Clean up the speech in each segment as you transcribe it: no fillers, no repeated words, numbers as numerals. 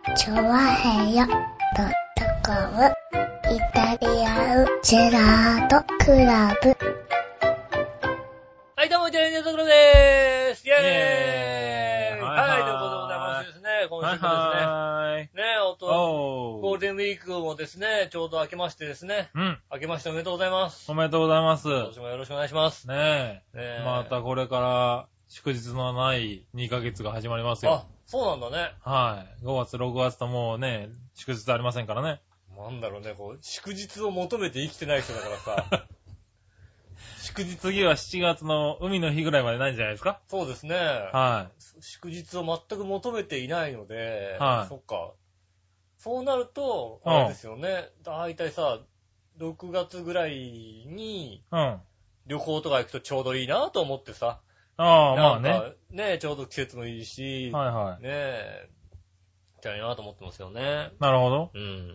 チョワヘヨ.com イタリアンジェラートクラブ。 はい、どうも、イタリアンジェラートクラブでーす。イェーイ、 はい、 ということでございましてですね、今週もですね、ゴールデンウィークもですね、ちょうど明けましてですね、明けましておめでとうございます。 おめでとうございます。 今年もよろしくお願いします。 ねえ。またこれから祝日のない2ヶ月が始まりますよ。 あ、そうなんだね。 はい。5月、6月ともうね、祝日ありませんからね。 なんだろうね、こう、祝日を求めて生きてない人だからさ。 祝日次は7月の海の日ぐらいまでないんじゃないですか？ そうですね。 はい。 祝日を全く求めていないので、 はい。 そっか。そうなると、あれですよね。だいたいさ、6月ぐらいに、旅行とか行くとちょうどいいなと思ってさ。 ああ、まあね。 ねえ、ちょうど季節もいいし、 はいはい。 ねえ、みたいなと思ってますよね。 なるほど。 うん。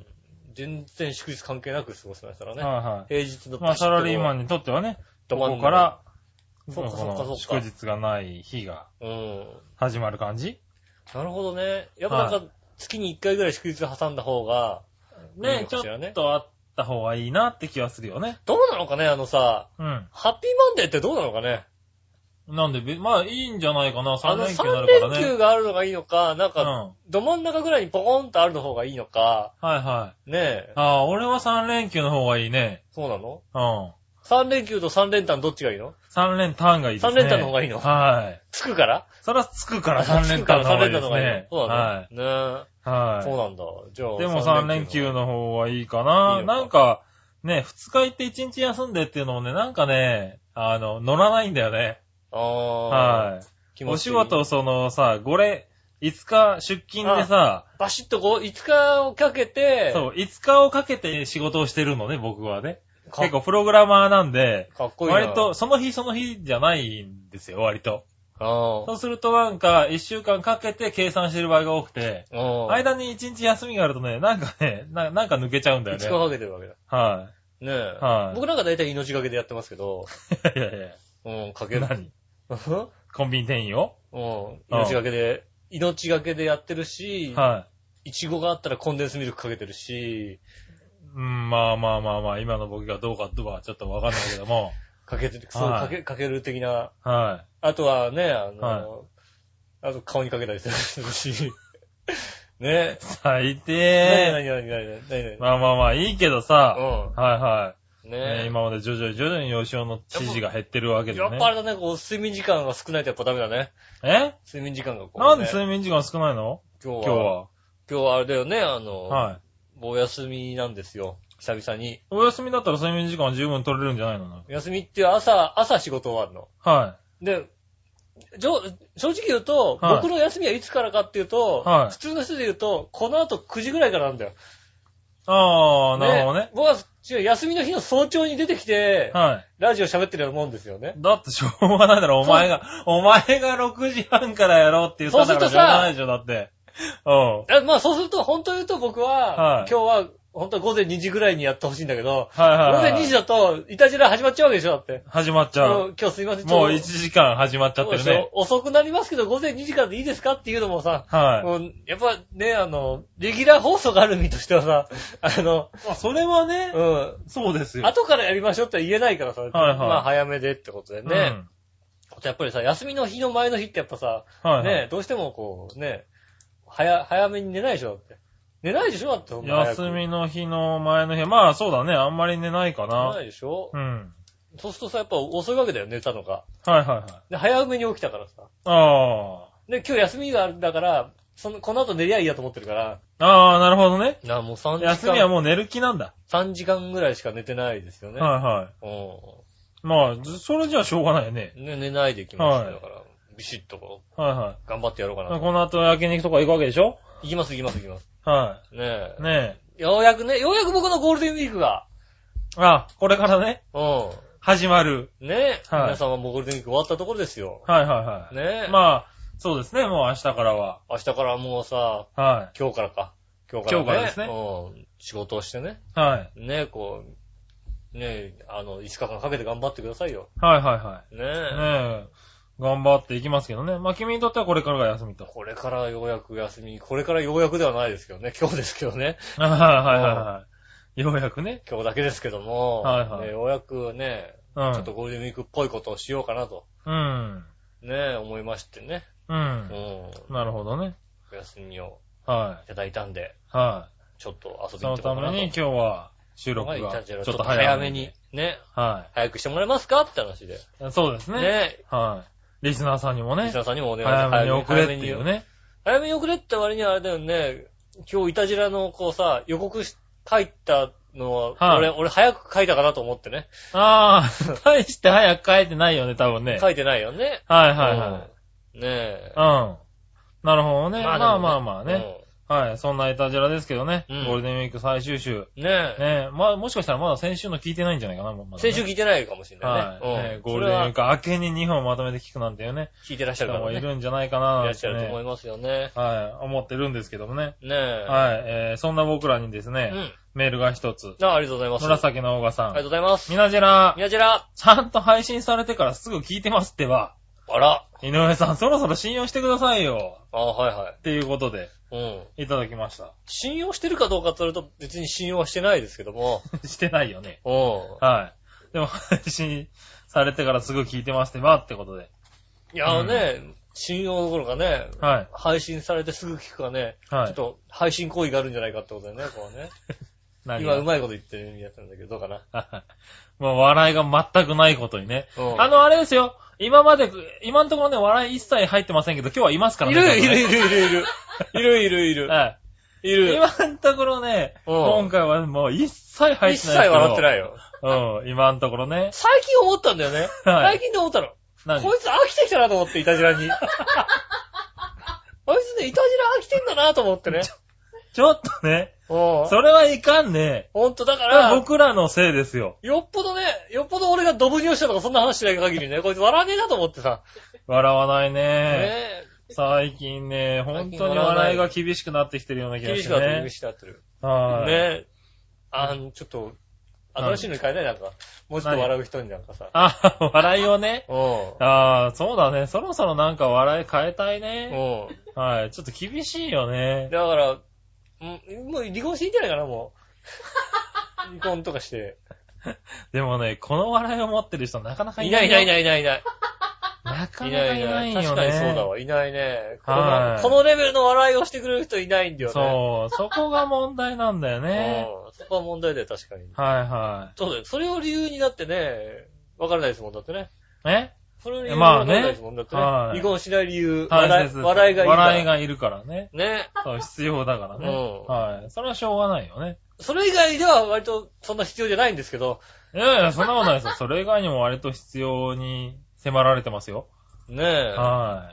全然祝日関係なく過ごせましたからね。 はいはい。 平日のまあサラリーマンにとってはね、ここから、 そっか。 祝日がない日が、始まる感じ？ なるほどね。やっぱなんか、月に1回ぐらい祝日挟んだ方が、 ね、ちょっとあった方がいいなって気はするよね。 どうなのかね、ハッピーマンデーってどうなのかね。 なんで、まあいいんじゃないかな、3連休になるからね。 3連休があるのがいいのか、なんか、ど真ん中ぐらいにポコンとあるの方がいいのか。 はいはい。 ねえ。 ああ、俺は3連休の方がいいね。 そうなの？ うん。 3連休と3連単どっちがいいの ？3連単がいいですね。 3連単の方がいいの？ はい。 つくから？ そらつくから3連単の方がいいですね。 そうだね。 はい。 ねえ。はい。そうなんだ。じゃあ。 でも3連休の方がいいかな。なんか、ね、2日行って1日休んでっていうのもね、なんかね、乗らないんだよね。はい。お仕事5日出勤でさ、 バシッと5日をかけて、 そう、5日をかけて仕事をしてるのね、僕はね。結構プログラマーなんで、 かっこいいな。 割と、その日その日じゃないんですよ、割と。 そうするとなんか、1週間かけて計算してる場合が多くて、間に1日休みがあるとね、なんか抜けちゃうんだよね。 5日かけてるわけだ。 はい。 ねえ。はい。僕なんか大体命がけでやってますけど。 いやいや。 かける。 何？コンビニ店員を？ 命がけでやってるし、はい。いちごがあったらコンデンスミルクかけてるし、 まあ、今の僕がどうかはちょっとわかんないけども。 かけてる、そう、かける的な。 はい。 あとはね、あと顔にかけたりするし。ね。 最低。 何。 まあ、いいけどさ。はいはい。 ね。 今まで徐々に吉尾の支持が減ってるわけでね。 やっぱあれだね、睡眠時間が少ないとやっぱダメだね。睡眠時間がなんで睡眠時間少ないの？今日はあれだよね、はい。お休みなんですよ。久々に。 お休みだったら睡眠時間は十分取れるんじゃないの？ 休みって朝仕事終わるの。 はい。 で、正直言うと、僕の休みはいつからかっていうと、普通の人で言うと、この後9時ぐらいからなんだよ。 ああ、なるほどね。 僕は休みの日の早朝に出てきて、ラジオ喋ってるようなもんですよね。 だってしょうがないだろ、お前が6時半からやろうって言ったからしょうがないでしょ、だって。 まあそうすると、本当言うと僕は、今日は、本当は午前2時ぐらいにやってほしいんだけど、午前2時だと、イタジラ始まっちゃうわけでしょ、だって。 始まっちゃう。 今日すいません。 もう1時間始まっちゃってるね。 遅くなりますけど、午前2時からでいいですかっていうのもさ、やっぱね、レギュラー放送がある身としてはさ、 それはね、そうですよ。 後からやりましょうって言えないからさ、まあ早めでってことでね。やっぱりさ、休みの日の前の日ってやっぱさ、ね、どうしてもこう、ね、早めに寝ないでしょ、だって。寝ないでしょだって。 休みの日の前の日。まあそうだね。あんまり寝ないかな。 寝ないでしょそうするとさ、やっぱ遅いわけだよ、寝たのが。で、早めに起きたからさ。で、今日休みがあるんだから、この後寝りゃいいやと思ってるから。 なるほどね。 もう3時間。 休みはもう寝る気なんだ。 3時間ぐらいしか寝てないですよね。 まあ、それじゃあしょうがないよね。 寝ないできましただから。ビシッとこう。頑張ってやろうかな。 この後焼肉とか行くわけでしょ？ 行きます。 はい。 ねえ。ようやく僕のゴールデンウィークが。 これからね。始まる。 ねえ。皆様もゴールデンウィーク終わったところですよ。ねえ。 まあ、そうですね。もう明日からは。 明日からもうさ、今日からか。今日からですね。仕事をしてね。ねえ、こう、ねえ、5日間かけて頑張ってくださいよ。 ねえ。 頑張っていきますけどね。まあ君にとってはこれからが休みと。 これからようやく休み、これからようやくではないですけどね。今日ですけどね。 はいはい。ようやくね。 今日だけですけども。 はいはい。 ようやくね、ちょっとゴールデンウィークっぽいことをしようかなと。 うん。 ね思いましてね。 うん。なるほどね。 お休みを。 はい。 いただいたんで。 はい。 ちょっと遊びに行ってこうかなと。 そのために今日は収録がちょっと早めに。ね。 はい。 早くしてもらえますかって話で。 そうですね。 ね。 はい。リスナーさんにもね。 リスナーさんにもお願い早めに送れっていうね。 早めに送れって割にはあれだよね。今日イタジラのこうさ、予告書いたのは、俺早く書いたかなと思ってね。 ああ、大して早く書いてないよね、多分ね。 書いてないよね。 はいはいはい。 ねえ。 うん。なるほどね。まあまあまあね。はい。そんなイタジラですけどね。ゴールデンウィーク最終週。 ねえ。 まあ、もしかしたらまだ先週の聞いてないんじゃないかな、まだね。 先週聞いてないかもしれないね。 はい。ゴールデンウィーク明けに2本まとめて聞くなんていうね。 聞いてらっしゃる方もいるんじゃないかな、 いらっしゃると思いますよね。 はい。思ってるんですけどもね。 ねえ。 はい。そんな僕らにですね、メールが一つ。 ありがとうございます。 紫のオーガさん。 ありがとうございます。 みなじら。 ちゃんと配信されてからすぐ聞いてますってば。 あら。 井上さん、そろそろ信用してくださいよ。 はいはい。 っていうことで。いただきました。 信用してるかどうかと言われると別に信用はしてないですけども。 してないよね。はい。でも配信されてからすぐ聞いてますってばってことで。 いやね、信用どころかね、配信されてすぐ聞くかね、ちょっと配信行為があるんじゃないかってことだよね、こうね。今うまいこと言ってるやつなんだけど、どうかな。 もう笑いが全くないことにね。あれですよ。今のところね、笑い一切入ってませんけど、今日はいますからね。 いる。 はい。今のところね、今回はもう一切入ってないですよ。 一切笑ってないよ。 今のところね。 最近思ったんだよね。最近で思ったの。こいつ飽きてきたなと思って、イタジラに。あいつね、イタジラ飽きてんだなと思ってね。 ちょっとね。それはいかんね。 ほんとだから。 僕らのせいですよ。 よっぽど俺がドブに落ちたとかそんな話しない限りね、こいつ笑わねえなと思ってさ。 笑わないね。最近ね、本当に笑いが厳しくなってきてるような気がしてね。 厳しくなってる。 ねちょっと、新しいのに変えないなんか。もうちょっと笑う人になんかさ。 笑いをね。そうだね。そろそろなんか笑い変えたいね。はい。ちょっと厳しいよね。 だから、もう離婚していいんじゃないかな、もう。離婚とかして。 でもね、この笑いを持ってる人なかなかいない。いない。 なかなかいないよね。 確かにそうだわ。いないね。このレベルの笑いをしてくれる人いないんだよね。 そう。そこが問題なんだよね。 そこは問題だよ、確かに。 はい。 そうだよ。それを理由になってね、わからないですもんだってね。それを理由にわからないですもんだってね。離婚しない理由、笑いがいるから。 笑いがいるからね。 ね。 そう、必要だからね。はい。それはしょうがないよね。 それ以外では割とそんな必要じゃないんですけど。 いや、そんなことないですよ。それ以外にも割と必要に迫られてますよ。 ねえ。 はい。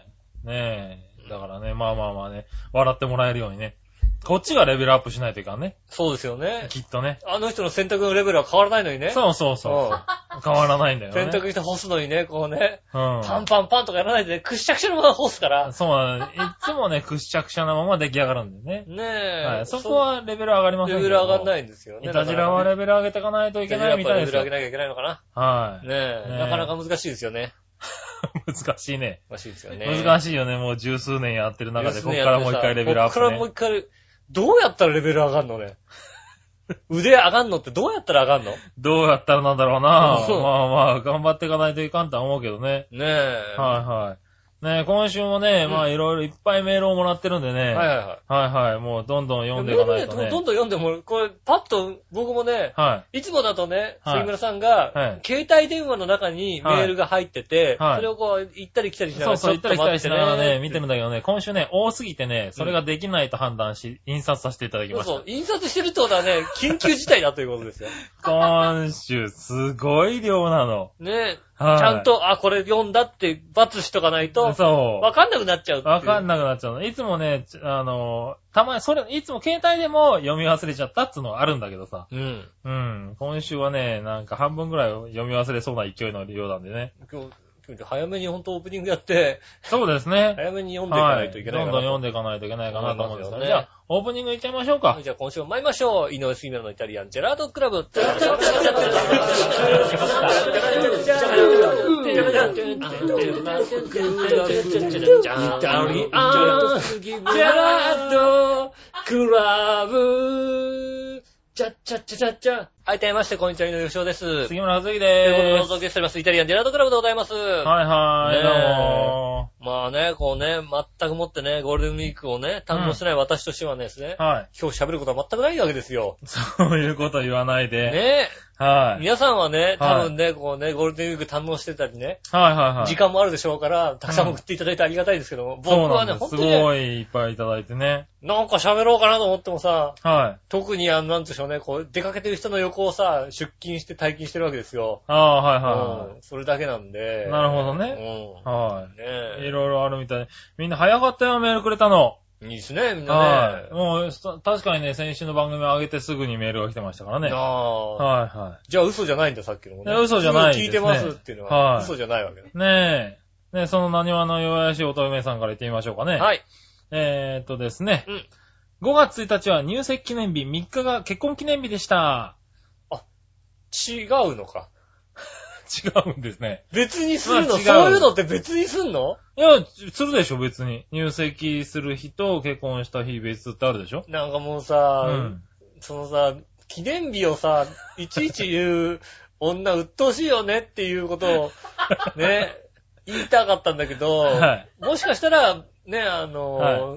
ねえ。だからね、まあね、笑ってもらえるようにね。こっちがレベルアップしないといかんね。 そうですよね。 きっとね。 あの人の選択のレベルは変わらないのにね。 そう。変わらないんだよね。 選択して干すのにね、こうね。パンパンパンとかやらないでね、くっしゃくしゃのまま干すから。 そうなの。いつもね、くっしゃくしゃなまま出来上がるんだよね。 ねえ。 はい。そこはレベル上がりませんけど。 レベル上がんないんですよね。 イタジラはレベル上げていかないといけないみたいですよ。 レベル上げなきゃいけないのかな。 はい。 ねえ。なかなか難しいですよね。 難しいね。 難しいですよね。 難しいよね。もう十数年やってる中で、ここからもう一回レベルアップね。 ここからもう一回、どうやったらレベル上がんのね。腕上がんのってどうやったら上がんの？ どうやったらなんだろうな。まあ、頑張っていかないといかんとは思うけどね。 ねえ。 はい。ねえ、今週もね、まあいろいろいっぱいメールをもらってるんでね。はい。もうどんどん読んでいかないとね。 どんどん読んでも、これ、パッと僕もね、いつもだとね、杉村さんが、携帯電話の中にメールが入ってて、それをこう、行ったり来たりしながら、 行ったり来たりしながらね、見てるんだけどね、今週ね、多すぎてね、それができないと判断し、印刷させていただきました。 そう、印刷してるってことはね、緊急事態だということですよ。 今週、すごい量なの。 ねちゃんと、これ読んだって罰しとかないと、わかんなくなっちゃうっていう。 わかんなくなっちゃうの。いつもね、たまに、いつも携帯でも読み忘れちゃったっていうのはあるんだけどさ。今週はね、なんか半分ぐらい読み忘れそうな勢いのようなんでね。 早めに本当オープニングやって、 そうですね。 早めに読んでいかないといけないかな、 どんどん読んでいかないといけないかなと思うんですよね。じゃあ、オープニングいっちゃいましょうか。 じゃあ今週も参りましょう。井上杉村のイタリアンジェラートクラブ。チャッチャッチャチャッチャ。はい、改めまして、こんにちは、井上翔です。 杉村和樹でーす。 ということで、お届けしております。イタリアンジェラートクラブでございます。 はいはい。 ねえ。まあね、こうね、全くもってね、ゴールデンウィークをね、堪能してない私としてはですね、はい。今日喋ることは全くないわけですよ。 そういうこと言わないで。 ねえ。 はい。 皆さんはね、多分ね、こうね、ゴールデンウィーク堪能してたりね。 はいはいはい。 時間もあるでしょうから、たくさん送っていただいてありがたいですけども、僕はね、 本当に。すごいいっぱいいただいてね。 なんか喋ろうかなと思ってもさ、 はい。 特になんでしょうね、こう、出かけてる人の横をさ、出勤して退勤してるわけですよ。 ああ、はいはい。 それだけなんで。 なるほどね。はい。いろいろあるみたい。みんな早かったよ、メールくれたの。 いいですね、みんなね。はい。 もう、確かにね、先週の番組上げてすぐにメールが来てましたからね。はいはい。 じゃあ嘘じゃないんだ、さっきのもね。 嘘じゃないですね。 聞いてますっていうのは、嘘じゃないわけね。 ねえ。ねその何話の弱々しい乙女さんから言ってみましょうかね。 はい。 ですね。5月1日は入籍記念日、3日が結婚記念日でした。 あ、違うのか。 違うんですね。 別にするの、そういうのって別にすんの？ いや、するでしょ、別に。入籍する日と結婚した日別ってあるでしょ？ なんかもうさ、そのさ、記念日をさ、いちいち言う女鬱陶しいよねっていうことを、ね、言いたかったんだけど、はい、もしかしたら、ね、はい、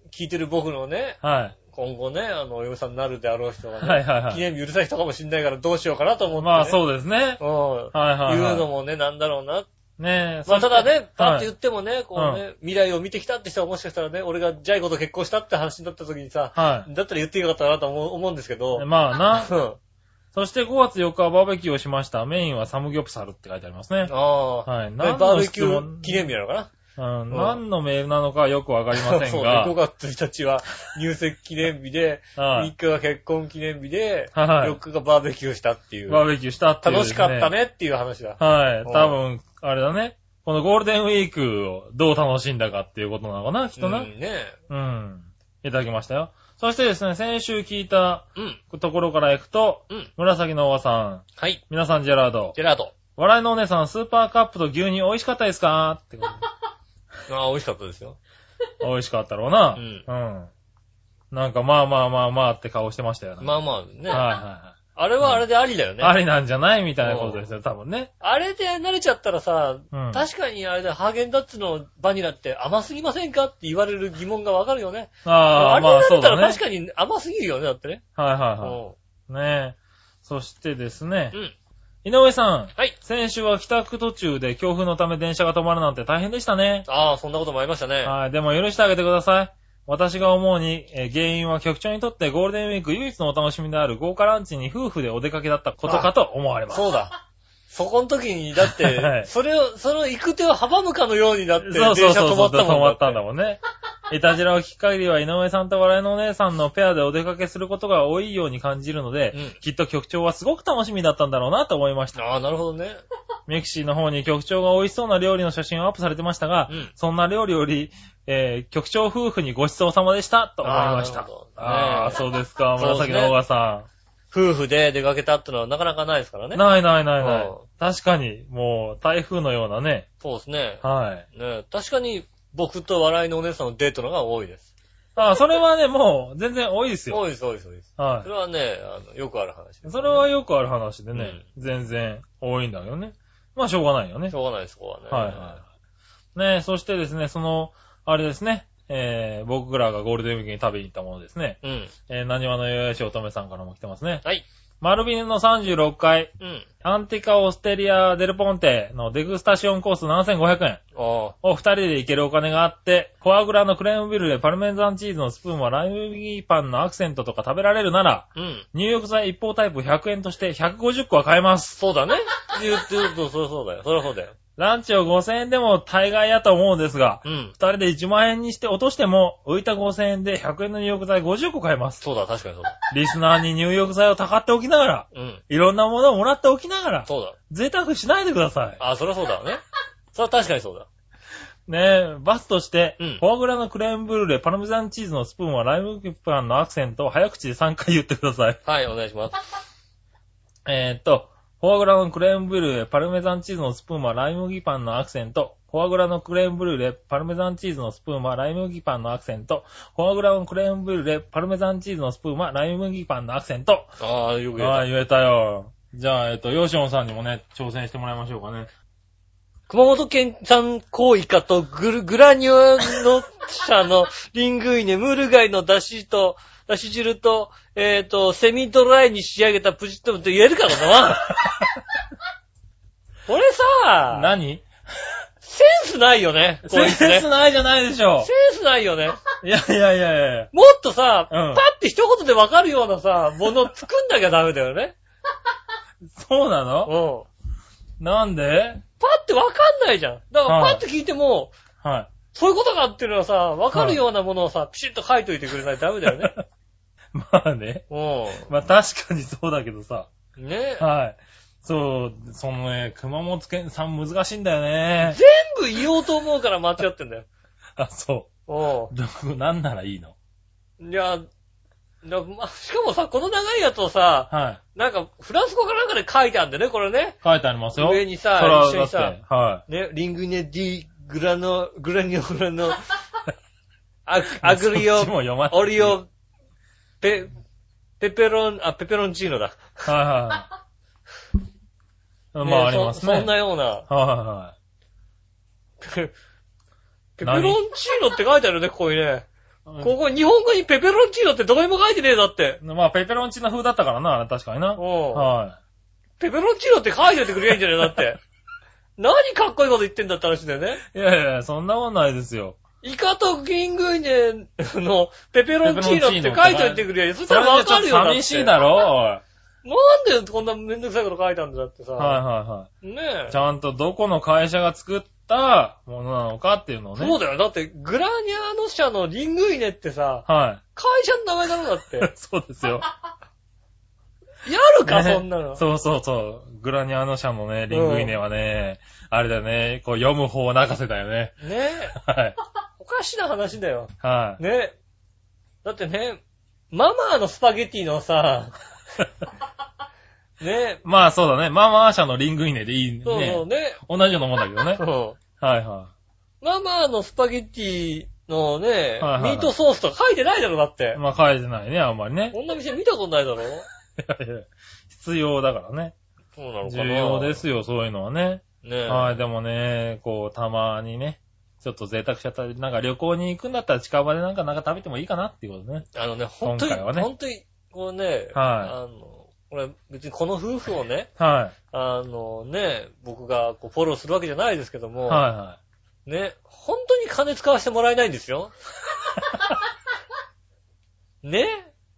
聞いてる僕のね、はい、今後ね、お嫁さんになるであろう人がね、はいはいはい、記念日うるさい人かもしんないからどうしようかなと思って、ね。 まあそうですね。 はいはいはい。言うのもね、なんだろうな。 ねえ。 まあただね、パッと言ってもね、こうね、未来を見てきたって人はもしかしたらね、俺がジャイ子と結婚したって話になった時にさ、はい、だったら言ってよかったなと思うんですけど。 まあな。そして5月4日はバーベキューをしました。メインはサムギョプサルって書いてありますね。 ああ。はい。バーベキュー記念日なのかな？ 何のメールなのかはよくわかりませんが。そうね、 5月1日は入籍記念日で、3日が結婚記念日で、4日がバーベキューしたっていう。 バーベキューしたっていう、 楽しかったねっていう話だ。 はい。多分、あれだね。このゴールデンウィークをどう楽しんだかっていうことなのかな、きっとな。 ね。 いただきましたよ。そしてですね、先週聞いたところから行くと、紫のおばさん。 はい。 皆さんジェラード。 ジェラード。 笑いのお姉さん、スーパーカップと牛乳美味しかったですかってこと。 ああ、美味しかったですよ。 美味しかったろうな。うん。なんか、まあって顔してましたよね。 まあまあね。 はいはい。 あれはあれでありだよね。 ありなんじゃないみたいなことですよ、多分ね。 あれで慣れちゃったらさ、確かにあれでハーゲンダッツのバニラって甘すぎませんかって言われる疑問がわかるよね。 ああ、まあそうだね。 あれで慣れたら確かに甘すぎるよね、だってね。 はいはいはい。ねえ。そしてですね。井上さん。 はい。 先週は帰宅途中で強風のため電車が止まるなんて大変でしたね。 ああ、そんなこともありましたね。 はい。でも許してあげてください。私が思うに、原因は局長にとってゴールデンウィーク唯一のお楽しみである豪華ランチに夫婦でお出かけだったことかと思われます。 そうだ。そこの時に、だって、はい、その行く手を阻むかのようになって、電車止まったもん。 止まったんだもんね。いたじらを聞く限りは井上さんと笑いのお姉さんのペアでお出かけすることが多いように感じるので、きっと局長はすごく楽しみだったんだろうなと思いました。 ああ、なるほどね。 ミクシーの方に局長が美味しそうな料理の写真をアップされてましたが、そんな料理より、局長夫婦にごちそうさまでしたと思いました。ああ、そうですか、紫のおばさん。 夫婦で出かけたってのはなかなかないですからね。 ない。確かに、もう台風のようなね。 そうですね。 はい。 ね、確かに僕と笑いのお姉さんのデートのが多いです。 ああ、それはね、もう全然多いですよ。 多いです。はい。それはね、よくある話です、ね。 それはよくある話でね、全然多いんだけどね。まあしょうがないよね。 しょうがないです、ここはね。 はいはい。ね、そしてですね、あれですね。僕らがゴールデンウィークに食べに行ったものですね。何話のよよし乙女さんからも来てますね。 はい。 丸ビネの36階。アンティカオステリアデルポンテのデグスタシオンコース7500円。を2人で行けるお金があって、フォアグラのクレームブリュレ、パルメザンチーズのスプーンはライ麦パンのアクセントとか食べられるなら、入浴剤一方タイプ100円として150個は買えます。 そうだね。言ってると、そうだよ。そりゃそうだよ。 ランチを5000円でも大概やと思うんですが、2人で1万円にして落としても、浮いた5000円で100円の入浴剤50個買えます。 そうだ、確かにそうだ。 リスナーに入浴剤をたかっておきながら、いろんなものをもらっておきながら、 そうだ。 贅沢しないでください。 あ、そりゃそうだね。 それは確かにそうだ。 ねえ、罰として、フォアグラのクレームブルーレ、パルメザンチーズのスプーンはライ麦パンのアクセントを早口で3回言ってください。 はい、お願いします。 フォアグラのクレームブルーレ、パルメザンチーズのスプーンはライ麦パンのアクセント。フォアグラのクレームブルーレ、パルメザンチーズのスプーンはライ麦パンのアクセント。フォアグラのクレームブルーレ、パルメザンチーズのスプーンはライ麦パンのアクセント。 ああ、よく言えた。 ああ、言えたよ。じゃあ、ヨシオンさんにもね、挑戦してもらいましょうかね。 熊本県産コウイカとグラニュアの社のリングイネ、ムール貝の出汁汁と、セミドライに仕上げたプチッとって言えるかな俺さ、 何センスないよね。こいつね。 センスないじゃないでしょ。 センスないよね。 いやいやいやいや。 もっとさ、パッて一言でわかるようなさ、もの作んなきゃダメだよね。 そうなの？なんで？ パッてわかんないじゃん。だからパッて聞いても、 はい。 そういうことかっていうのはさ、わかるようなものをさ、ピシッと書いといてくれないとダメだよね。 まあね。まあ確かにそうだけどさ。 ね。 はい。そう、そのね、熊本県産難しいんだよね。 全部言おうと思うから間違ってんだよ。 あ、そう。なんならいいの？ いや、しかもさ、この長いやつをさ、 はい。 なんか、フランス語かなんかで書いてあるんだよね、これね。 書いてありますよ。 上にさ、一緒にさ、 はい。 ね、リングネディグラニョラの、アグリオ、オリオ、ペペロンチーノだ。 はいはい。まあありますね。 そんなような。 はいはい。 ペペロンチーノって書いてあるね、ここにね。ここ日本語にペペロンチーノってどこにも書いてねえだって。 まあペペロンチーノ風だったからな、確かにな。はい。 ペペロンチーノって書いておいてくれないんじゃねえだって。何かっこいいこと言ってんだって話だよね。 いやいや、そんなもんないですよ。 イカとリングイネのペペロンチーノって書いておいてくれよ。そしたらわかるよだって。 寂しいだろ、おい。 なんでこんなめんどくさいこと書いたんだってさ。 はいはいはい。 ねえ。 ちゃんとどこの会社が作ったものなのかっていうのをね。 そうだよ。だって、グラニャーノ社のリングイネってさ、 はい。 会社の名前だろだって。 そうですよ。 やるか、ね、そんなの。 そうそうそう。グラニャーノ社のね、リングイネはね、あれだよね、こう読む方泣かせだよね。 ねえ。はい。 おかしな話だよ。 はい。 ね。だってね、ママのスパゲティのさ、ね。 まあそうだね。ママ社のリングイネでいいね。 そうそうね。 同じようなもんだけどね。 そう。 はいはい。 ママのスパゲティのね、はいはいはい、ミートソースとか書いてないだろ、だって。 まあ書いてないね、あんまりね。 こんな店見たことないだろ。 必要だからね。 そうなのかな。 重要ですよ、そういうのはね。 ねえ。 はい、でもね、こう、たまにね、ちょっと贅沢しちゃったり、なんか旅行に行くんだったら近場でなんか食べてもいいかなっていうことね。 本当に、ね、本当に、こうね、 はい。 俺、別にこの夫婦をね、 はい。 ね、僕がこうフォローするわけじゃないですけども、 はいはい。 ね、本当に金使わせてもらえないんですよ。ね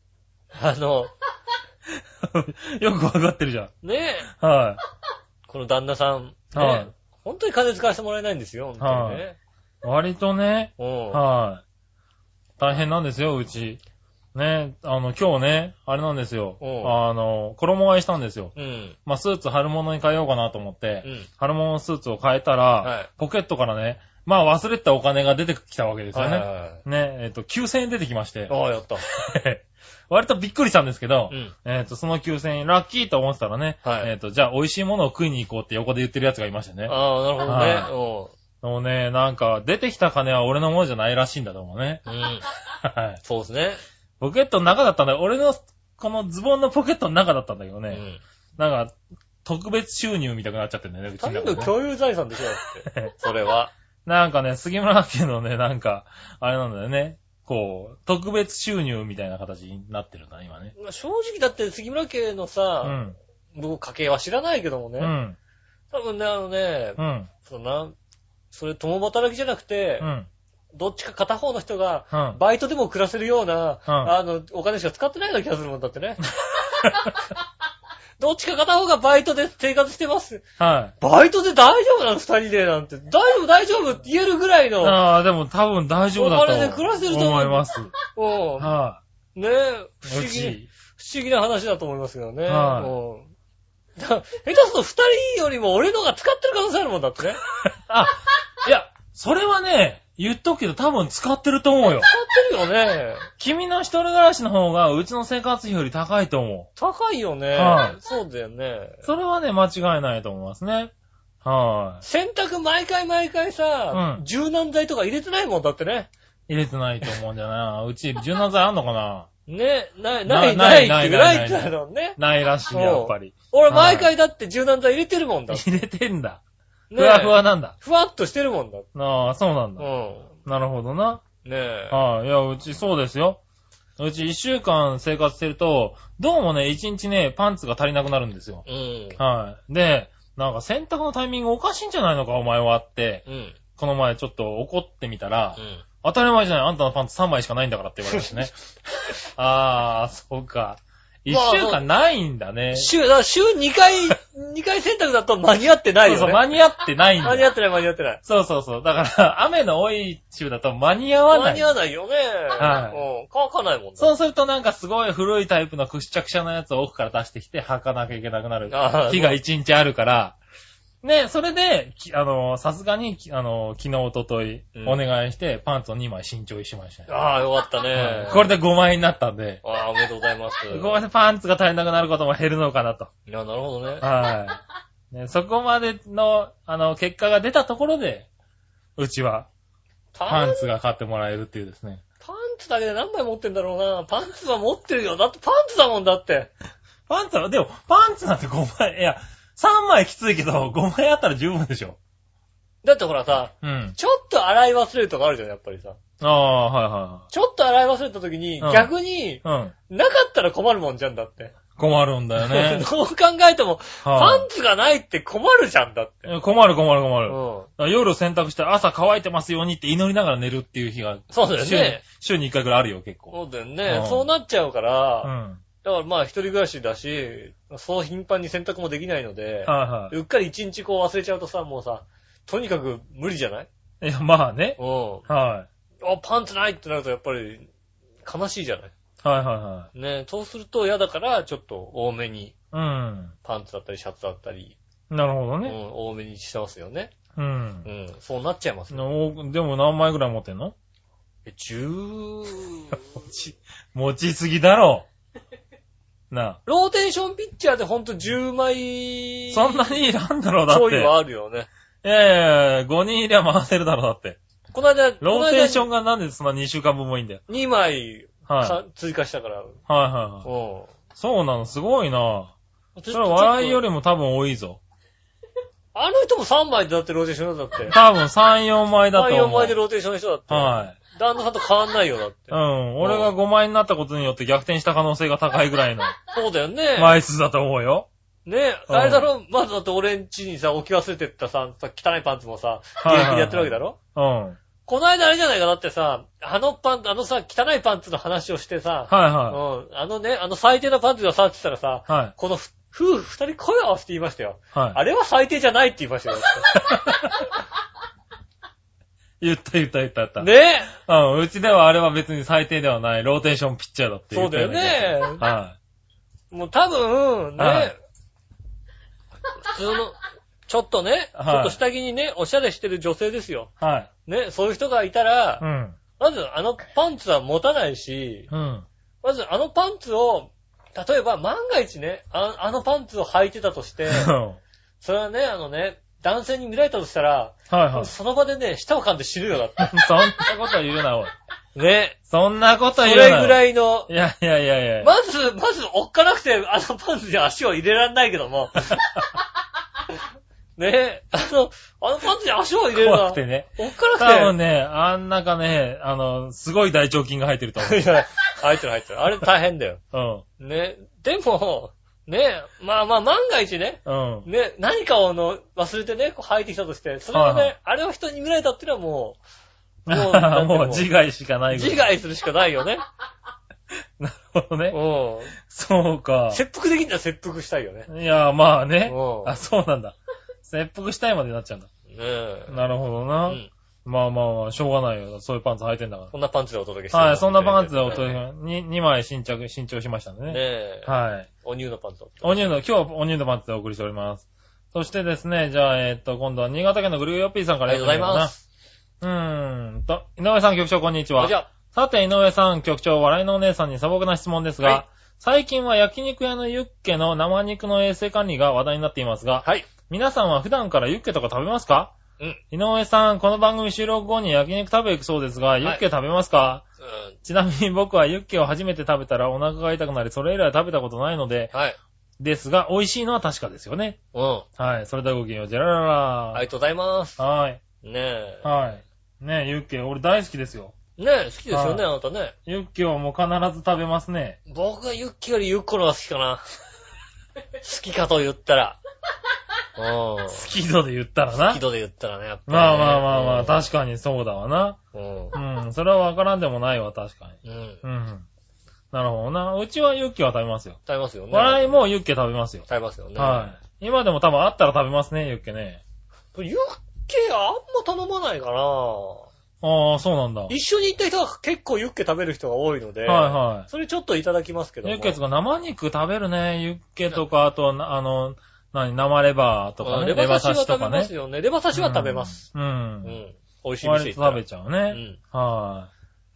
よくわかってるじゃん。 ねえ。はい。 この旦那さん、ね、はい、本当に金使わせてもらえないんですよ、本当にね。 はい、割とね、はい。大変なんですよ、うち。ね、今日ね、あれなんですよ。衣替えしたんですよ。 うん。 まあ、スーツ春物に変えようかなと思って、うん、春物のスーツを変えたら、はい、ポケットからね、まあ、忘れてたお金が出てきたわけですよね。はいはいはい、ね、9000円出てきまして。 ああ、やった。 割とびっくりしたんですけど、うん、その9000円、ラッキーと思ってたらね、はい、じゃあ美味しいものを食いに行こうって横で言ってるやつがいましたね。 ああ、なるほどね。はい、 もうね、なんか、出てきた金は俺のものじゃないらしいんだと思うね。 うん。はい。そうですね。 ポケットの中だったんだよ。俺の、このズボンのポケットの中だったんだけどね。うん。なんか、特別収入みたくなっちゃってんだよね、うちの中で、ね。 単の共有財産でしょ、って。それは。 なんかね、杉村家のね、なんか、あれなんだよね。こう、特別収入みたいな形になってるんだ、今ね。 正直だって杉村家のさ、うん、僕家計は知らないけどもね。うん。多分ね、うん。それ共働きじゃなくて、うん。どっちか片方の人が、バイトでも暮らせるような、お金しか使ってないような気がするもんだってね。どっちか片方がバイトで生活してます。 はい。 バイトで大丈夫なの二人でなんて。大丈夫って言えるぐらいの。 ああ、でも多分大丈夫だと思います。 お金で暮らせると思います。 はい。ねえ、不思議な話だと思いますけどね。 はい。 下手すると二人よりも俺のが使ってる可能性あるもんだってね。 いや、それはね、言っとくけど多分使ってると思うよ。 使ってるよね。 君の一人暮らしの方がうちの生活費より高いと思う。 高いよね。 はい。 そうだよね。 それはね、間違いないと思いますね。はい。 洗濯毎回さ、柔軟剤とか入れてないもんだってね。 入れてないと思うんだよな。うち柔軟剤あんのかな？ ね、ないってなのね。 ないらしいね、やっぱり。 俺毎回だって柔軟剤入れてるもんだ。 入れてんだ。ふわふわなんだ。 ふわっとしてるもんだ。 ああ、そうなんだ。なるほどな。 ねえ。 はい。いや、うちそうですよ。うち1週間生活してると、どうもね、1日ね、パンツが足りなくなるんですよ。はい。で、なんか洗濯のタイミングおかしいんじゃないのか、お前はって、この前ちょっと怒ってみたら、当たり前じゃない、あんたのパンツ3枚しかないんだからって言われましたね。ああ、そうか。1週間ないんだね。 週2回洗濯だと間に合ってないよね。 そう、間に合ってないんだ。 間に合ってない。 そう。だから、雨の多い週だと間に合わない。 間に合わないよね。はい。乾かないもんね。 そうするとなんかすごい古いタイプのくしゃくしゃのやつを奥から出してきて履かなきゃいけなくなる日が1日あるから、ね、それで、さすがに、昨日、おととい、お願いして、パンツを2枚新調しましたね。 ああ、よかったね。 これで5枚になったんで。 ああ、おめでとうございます。 これでパンツが足りなくなることも減るのかなと。 いや、なるほどね。 はい。ね、そこまでの、結果が出たところで、うちは、パンツが買ってもらえるっていうですね。 パンツだけで何枚持ってんだろうな。パンツは持ってるよ。だってパンツだもんだって。 パンツは、でも、パンツなんて5枚、いや、3枚きついけど、5枚あったら十分でしょ。 だってほらさ、ちょっと洗い忘れるとかあるじゃん、やっぱりさ。 ああ、はい。 ちょっと洗い忘れた時に、逆に、なかったら困るもんじゃんだって。 困るんだよね。 どう考えても、パンツがないって困るじゃんだって。 困る。夜洗濯して朝乾いてますようにって祈りながら寝るっていう日が、 そうだよね。 週に1回くらいあるよ、結構。 そうだよね。そうなっちゃうから、だからまあ一人暮らしだし、そう頻繁に洗濯もできないので、うっかり一日こう忘れちゃうとさ、もうさ、とにかく無理じゃない？ いや、まあね。 パンツないってなるとやっぱり悲しいじゃない？ね、そうすると嫌だからちょっと多めに、パンツだったりシャツだったり、 なるほどね。 多めにしてますよね。そうなっちゃいますね。 でも何枚ぐらい持ってんの ？10 持ちすぎだろ。なあ。 ローテーションピッチャーでほんと10枚。 そんなにいらんだろう、だって。 ちょいはあるよね。 いや、5人いりゃ回せるだろう、だって。 この間、 ローテーションがなんでそんな2週間分もいいんだよ。 2枚、追加したから。 そうなの、すごいな。それは笑いよりも多分多いぞ。 あの人も3枚でだってローテーションだって。 多分3、4枚だと思う。 3、4枚でローテーションの人だって。旦那さんと変わんないよ、だって。 俺が5枚になったことによって逆転した可能性が高いぐらいの。 そうだよね。 枚数だと思うよ。 ね、あれだろ、まずだって俺ん家にさ、置き忘れてったさ、汚いパンツもさ、現役でやってるわけだろ？この間あれじゃないか、だってさ、あのさ、汚いパンツの話をしてさ、最低なパンツがさ、って言ったらさ、この夫婦二人声を合わせて言いましたよ。あれは最低じゃないって言いましたよ。 言った。 ねうちではあれは別に最低ではない、ローテーションピッチャーだって言った。 そうだよね。もう多分、ね、普通の、ちょっとね、ちょっと下着にね、おしゃれしてる女性ですよ。ね、そういう人がいたら、まずあのパンツは持たないし、まずあのパンツを、例えば万が一ね、あのパンツを履いてたとして、それはね、男性に見られたとしたら、その場でね、舌を噛んで死ぬよだって。 そんなこと言うな、おい。 ね。 そんなこと言うな。 それぐらいの。 いや。 まず、おっかなくて、あのパンツに足を入れらんないけども。ね。あのパンツに足を入れるのは。 怖くてね。 おっかなくて。 多分ね、中ね、すごい大腸筋が入ってると思う。 いや、入ってる。あれ大変だよ。ね。でも、ね、まあ万が一ね、ね、何かを忘れてね、こう履いてきたとして、それをね、あれを人に見られたっていうのはもう自害しかない。 自害するしかないよね。 なるほどね。そうか。 切腹できんだら切腹したいよね。 いや、まあね。そうなんだ。切腹したいまでなっちゃうんだ。 ねえ。 なるほどな。 まあまあまあ、しょうがないよ。そういうパンツ履いてんだから。 そんなパンツでお届けしてる。 はい、そんなパンツでお届け、2枚新調しましたんでね。 ねえ。 はい。 おニューのパンツを。 今日はおニューのパンツでお送りしております。そしてですね、じゃあ、今度は新潟県のグリューヨッピーさんからありがとうございます。 井上さん局長こんにちは。さて、井上さん局長、笑いのお姉さんに素朴な質問ですが、はい、最近は焼肉屋のユッケの生肉の衛生管理が話題になっていますが、はい。皆さんは普段からユッケとか食べますか？井上さん、この番組収録後に焼肉食べ行くそうですが、ユッケ食べますか？ちなみに僕はユッケを初めて食べたらお腹が痛くなり、それ以来食べたことないので、はい。ですが、美味しいのは確かですよね。はい。それではごきげんよう、ジェラララ。 ありがとうございます。 はい。 ねえ。 はい。ねえ、ユッケ、俺大好きですよ。 ねえ、好きですよね、あなたね。 ユッケはもう必ず食べますね。 僕はユッケよりユッコの方が好きかな。好きかと言ったら。 好き度で言ったらな。 好き度で言ったらね、やっぱり、 ね。まあ、確かにそうだわな。それはわからんでもないわ、確かに。なるほどな。うちはユッケは食べますよ。 食べますよね。 笑いもユッケ食べますよ。 食べますよね。 はい。今でも多分あったら食べますね、ユッケね。 ユッケあんま頼まないかな。 ああ、そうなんだ。 一緒に行った人は結構ユッケ食べる人が多いので、はいはい。それちょっといただきますけども。 ユッケとか生肉食べるね。ユッケとか、あと、生レバーとかね。 レバ刺しは食べますよね。レバ刺しは食べます。美味しい店行ったら。 食べちゃうね。はい。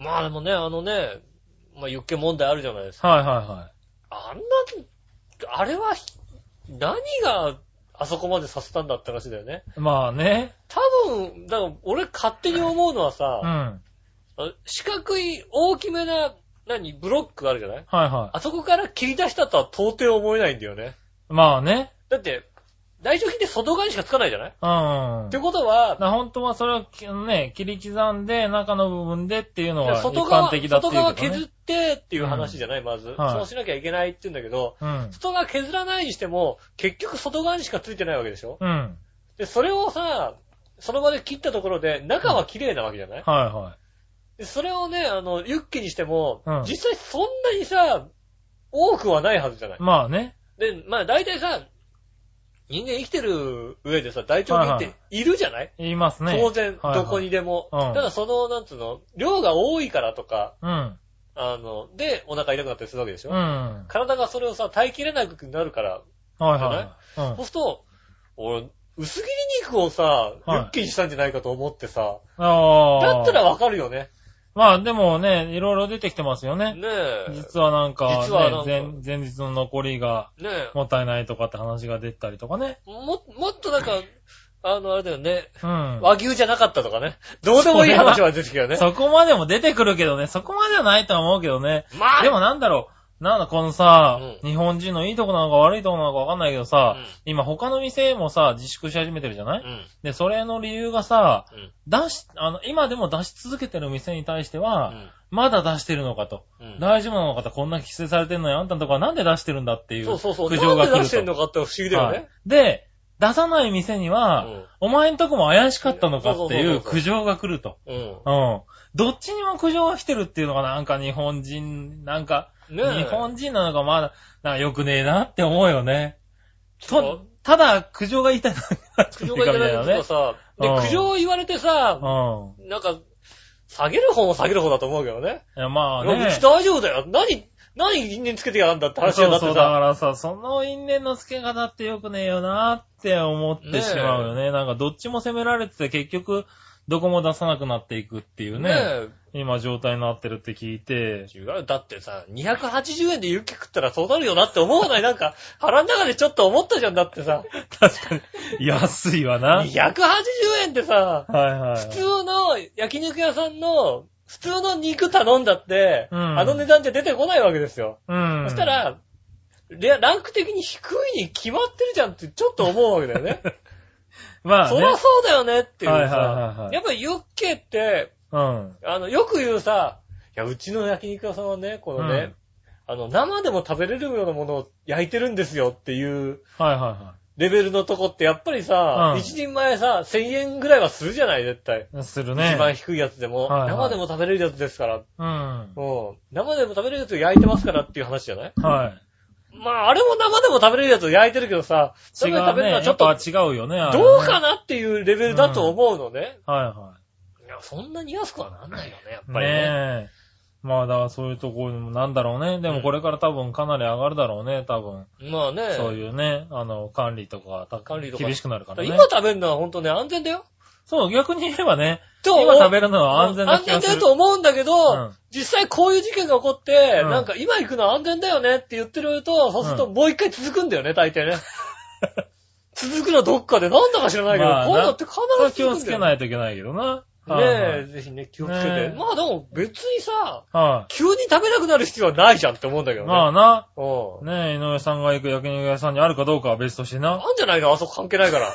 まあでもね、まあユッケ問題あるじゃないですか。 はいはいはい。 あれは、何があそこまでさせたんだって話だよね。 まあね。 多分、だから俺勝手に思うのはさ、四角い大きめな、ブロックあるじゃない？ はいはい。 あそこから切り出したとは到底思えないんだよね。 まあね。 だって、大腸菌って外側にしかつかないじゃない？ってことは、本当はそれをね、切り刻んで、中の部分でっていうのは一般的だっていうけどね。 外側削ってっていう話じゃない、まず。そうしなきゃいけないって言うんだけど、外側削らないにしても、結局外側にしかついてないわけでしょ？で、それをさ、その場で切ったところで、中は綺麗なわけじゃない？ はいはい。 で、それをね、ユッケにしても、実際そんなにさ、多くはないはずじゃない？ まあね。 で、まあ大体さ、人間生きてる上でさ、大腸菌っているじゃない？ いますね。 当然、どこにでも。ただその、なんつうの、量が多いからとか、で、お腹痛くなったりするわけでしょ？体がそれをさ、耐えきれなくなるから、じゃない？そうすると、俺、薄切り肉をさ、ユッケにしたんじゃないかと思ってさ、だったらわかるよね。 まあでもね、いろいろ出てきてますよね。 ねえ。 実はなんか、前日の残りが、もったいないとかって話が出たりとかね。 もっとなんか、あれだよね。和牛じゃなかったとかね。どうでもいい話は出てきたよね。 そこまでも出てくるけどね、そこまではないとは思うけどね。まあ。でもなんだろう。このさ、日本人のいいとこなのか悪いとこなのかわかんないけどさ、今他の店もさ、自粛し始めてるじゃない？で、それの理由がさ、今でも出し続けてる店に対しては、まだ出してるのかと。大丈夫なのかと、こんな規制されてるのにあんたのとこはなんで出してるんだっていう苦情が来ると。 なんで出してるのかって不思議だよね。 で、出さない店には、お前んとこも怪しかったのかっていう苦情が来ると。どっちにも苦情が来てるっていうのがなんか日本人、日本人なのかまだ、よくねえなって思うよね。ただ、苦情が言いたいな。 苦情が言いたいなとさ、で、苦情を言われてさ、なんか、下げる方も下げる方だと思うけどね。 いや、まあね。 うち大丈夫だよ。何因縁つけてやがんだって話になってさ。 そう、だからさ、その因縁のつけ方ってよくねえよなって思ってしまうよね。なんかどっちも責められてて結局、どこも出さなくなっていくっていうね。今状態になってるって聞いて。 違う。だってさ、280円でユッケ食ったらそうなるよなって思わない？なんか、腹の中でちょっと思ったじゃんだってさ。 確かに。安いわな。 280円ってさ、普通の焼肉屋さんの、普通の肉頼んだって、あの値段じゃ出てこないわけですよ。そしたら、ランク的に低いに決まってるじゃんってちょっと思うわけだよね。まあね。そりゃそうだよねっていうさ。やっぱりユッケって、よく言うさ、いや、うちの焼肉屋さんはね、このね、生でも食べれるようなものを焼いてるんですよっていう、レベルのとこってやっぱりさ、一人前さ、1000円ぐらいはするじゃない絶対。 するね。 一番低いやつでも。生でも食べれるやつですから。生でも食べれるやつを焼いてますからっていう話じゃない？まあ、あれも生でも食べれるやつを焼いてるけどさ、生で食べるのはちょっと違うよね。 どうかなっていうレベルだと思うのね。 や、そんなに安くはなんないよね、やっぱりね。 ねえ。まあだからそういうところなんだろうね。でもこれから多分かなり上がるだろうね、多分。 まあね。 そういうね、管理とか厳しくなるからね。 今食べるのはほんとね、安全だよ。 そう、逆に言えばね、今食べるのは安全な気がする。 安全だよと思うんだけど、実際こういう事件が起こって、なんか今行くのは安全だよねって言ってると、そうするともう一回続くんだよね、大抵ね。続くのどっかでなんだか知らないけど、こういうのって必ず続くんだよ。 気をつけないといけないけどな。 ねえ、ぜひね、気をつけて。まあでも別にさ、急に食べなくなる必要はないじゃんって思うんだけどね。 まあな。ねえ、井上さんが行く焼肉屋さんにあるかどうかは別としてな。 なんじゃないのあそこ関係ないから。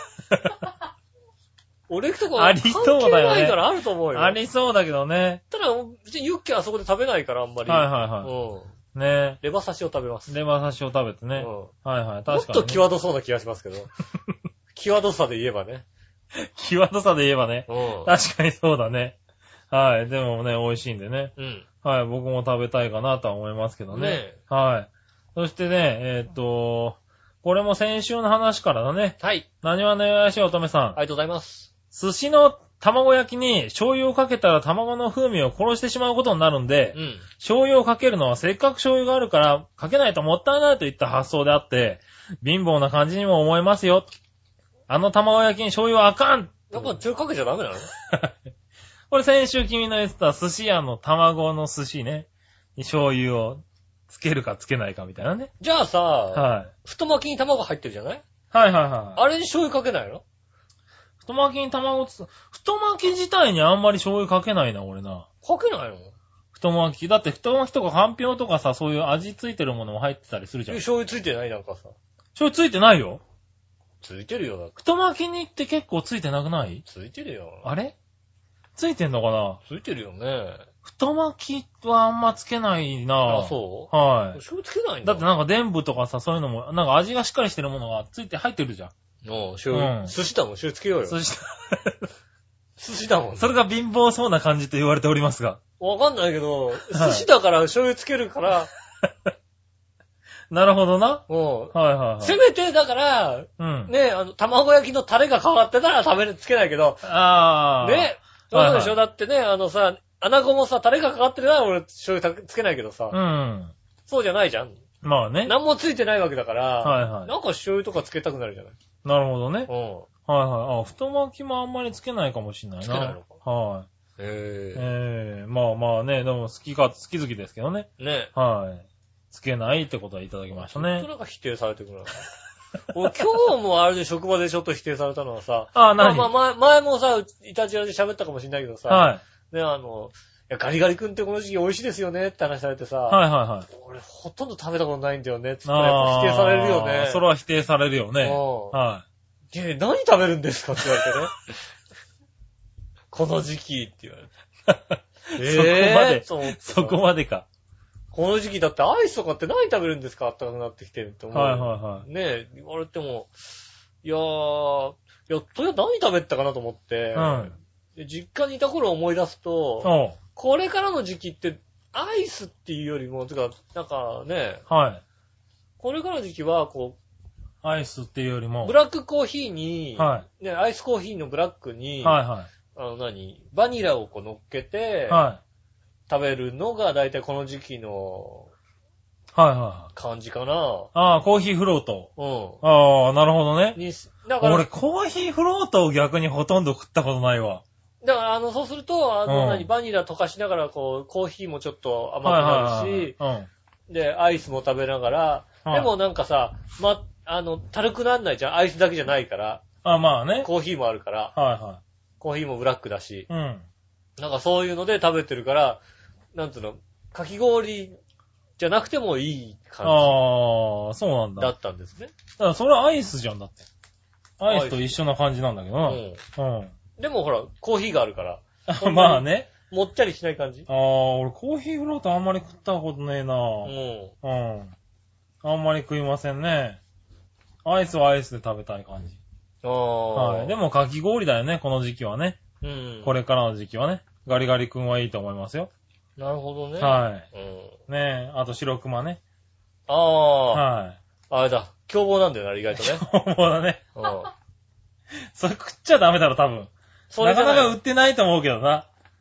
俺行くとこありそうだよね。 関係ないからあると思うよ。 ありそうだけどね。 ただ、別にユッケはあそこで食べないからあんまり。 はいはいはい。ねえ。 レバ刺しを食べます。 レバ刺しを食べてね。はいはい。確かに。 もっと際どそうな気がしますけど。際どさで言えばね。 際どさで言えばね。確かにそうだね。はい。でもね、美味しいんでね。はい。僕も食べたいかなとは思いますけどね。はい。そしてね、これも先週の話からだね。 はい。 何話のよやしおとめさん。ありがとうございます。 寿司の卵焼きに醤油をかけたら卵の風味を殺してしまうことになるんで、醤油をかけるのはせっかく醤油があるからかけないともったいないといった発想であって、貧乏な感じにも思えますよ。あの卵焼きに醤油はあかん。 やっぱ醤油かけちゃダメなのこれ先週君の言ってた寿司屋の卵の寿司ね。に醤油をつけるかつけないかみたいなね。 じゃあさ、太巻きに卵入ってるじゃない？ はいはいはい。 あれに醤油かけないの？ 太巻きに卵太巻き自体にあんまり醤油かけないな、俺な。 かけないの？ 太巻き。だって太巻きとかかんぴょうとかさ、そういう味ついてるものも入ってたりするじゃん。 醤油ついてないなんかさ。 醤油ついてないよ。 ついてるよだって。 太巻きにって結構ついてなくない？ ついてるよ。 あれ？ついてんのかな？ ついてるよね。 太巻きはあんまつけないな。 あ、そう？ はい。 醤油つけないんだ。 だってなんか伝部とかさ、そういうのも、なんか味がしっかりしてるものがついて入ってるじゃん。 醤油。寿司だもん、醤油つけようよ。寿司だもん。 それが貧乏そうな感じと言われておりますが。 わかんないけど、寿司だから醤油つけるから。 なるほどな。 はいはい。せめて、だから、ね、卵焼きのタレが変わってたらつけないけど。ね。そうでしょ、だってね、穴子もさ、タレがかかってるなら俺醤油つけないけどさ。そうじゃないじゃん。 まあね。 何もついてないわけだから。なんか醤油とかつけたくなるじゃない。 なるほどね。はいはい。太巻きもあんまりつけないかもしれないな。 つけないのか。 はい。まあまあね、でも好き好きですけどね。 ね。 はい。つけないってことはいただきましたね。 なんか否定されてくるな。今日もあれで職場でちょっと否定されたのはさ。 何？ 前もさ、イタジラで喋ったかもしれないけどさ。 はい。 ね、ガリガリ君ってこの時期美味しいですよねって話されてさ。 はいはいはい。 俺ほとんど食べたことないんだよねって言ったらやっぱ否定されるよね。 それは否定されるよね。 はい。何食べるんですかって言われてね。この時期って言われて。 そこまでか。 この時期だってアイスとかって何食べるんですかあったかくなってきてるって思う。 はいはいはい。 ねえ、言われても、とりあえず何食べたかなと思って、実家にいた頃思い出すと、これからの時期ってアイスっていうよりも、なんかね、これからの時期はアイスっていうよりも、 ブラックコーヒーに、ね、アイスコーヒーのブラックに、バニラを乗っけて、食べるのが大体この時期の感じかな。 コーヒーフロート。なるほどね。俺コーヒーフロートを逆にほとんど食ったことないわ。 だからそうすると、バニラ溶かしながらコーヒーもちょっと甘くなるし、で、アイスも食べながら、でもなんかさ、たるくなんないじゃん。アイスだけじゃないから。 まあね。 コーヒーもあるから。コーヒーもブラックだし。なんかそういうので食べてるから、なんつうの、かき氷じゃなくてもいい感じ。 そうなんだ。 だったんですね。 だからそれはアイスじゃんだって。アイスと一緒な感じなんだけどな。 でもほら、コーヒーがあるから。 まあね。 もっちゃりしない感じ。 俺コーヒーフロートあんまり食ったことねえな。あんまり食いませんね。アイスはアイスで食べたい感じ。でもかき氷だよね、この時期はね。これからの時期はね。ガリガリ君はいいと思いますよ。 なるほどね。 ねえ、あと白熊ね。 あれだ。凶暴なんだよな、意外とね。 凶暴だね。それ食っちゃダメだろ、多分。なかなか売ってないと思うけどな。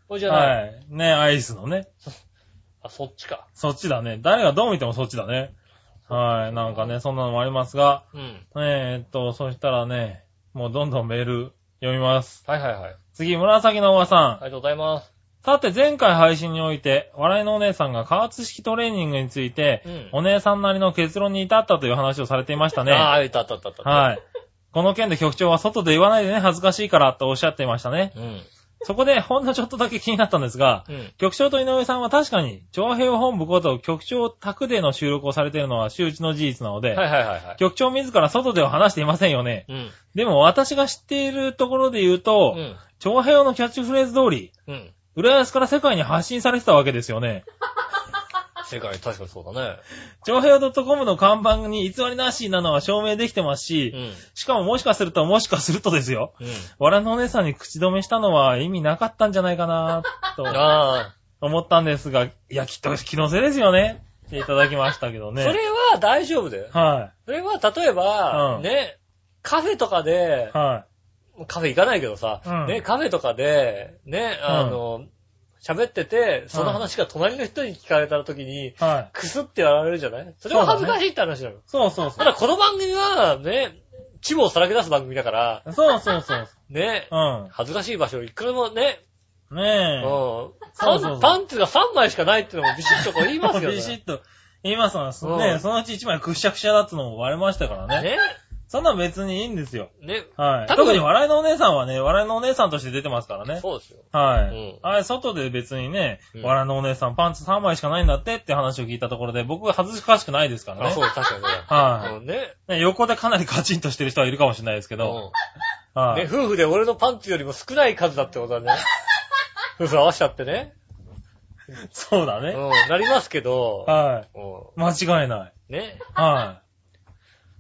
これじゃない。 はい。ね、アイスのね。 あ、そっちか。 そっちだね。誰がどう見てもそっちだね。はい。なんかね、そんなのもありますが。 うん。 そしたらね、もうどんどんメール読みます。 はいはいはい。 次、紫のおばさん。 ありがとうございます。 さて、前回配信において、笑いのお姉さんが加圧式トレーニングについて、お姉さんなりの結論に至ったという話をされていましたね。 ああ、いた。 はい。この件で局長は外で言わないでね、恥ずかしいからとおっしゃっていましたね。 うん。 そこで、ほんのちょっとだけ気になったんですが、局長と井上さんは確かに、長平本部こと局長宅での収録をされているのは周知の事実なので、局長自ら外では話していませんよね。でも私が知っているところで言うと、長平のキャッチフレーズ通り、浦安から世界に発信されてたわけですよね。 世界、確かにそうだね。 長平 .com の看板に偽りなしなのは証明できてますし、しかももしかするとですよ。笑のお姉さんに口止めしたのは意味なかったんじゃないかなと思ったんですが、いや、きっと気のせいですよね。っていただきましたけどね。 それは大丈夫だよ。はい。それは例えば、ね、カフェとかで、カフェ行かないけどさ、ね、カフェとかで、ね、喋ってて、その話が隣の人に聞かれた時に、クスってやられるじゃないそれは恥ずかしいって話なの。 そう。 ただこの番組は、ね、チブをさらけ出す番組だから、 そう。 ね、恥ずかしい場所、いくらもね、 ねえ。 パンツが3枚しかないってのもビシッとこう言いますよね。 ビシッと言いますもんね。そのうち1枚くしゃくしゃだってのも割れましたからね。ね。そんな別にいいんですよ。ね。はい。特に笑いのお姉さんはね、笑いのお姉さんとして出てますからね。 そうですよ。 はい。あれ、外で別にね、笑いのお姉さんパンツ3枚しかないんだってって話を聞いたところで、僕は恥ずかしくないですからね。 そう、確かにね。 はい。ね。横でかなりカチンとしてる人はいるかもしれないですけど。 はい。ね、夫婦で俺のパンツよりも少ない数だってことだね。夫婦合わしちゃってね。 そうだね。 なりますけど。 はい。間違いない。 ね。 はい。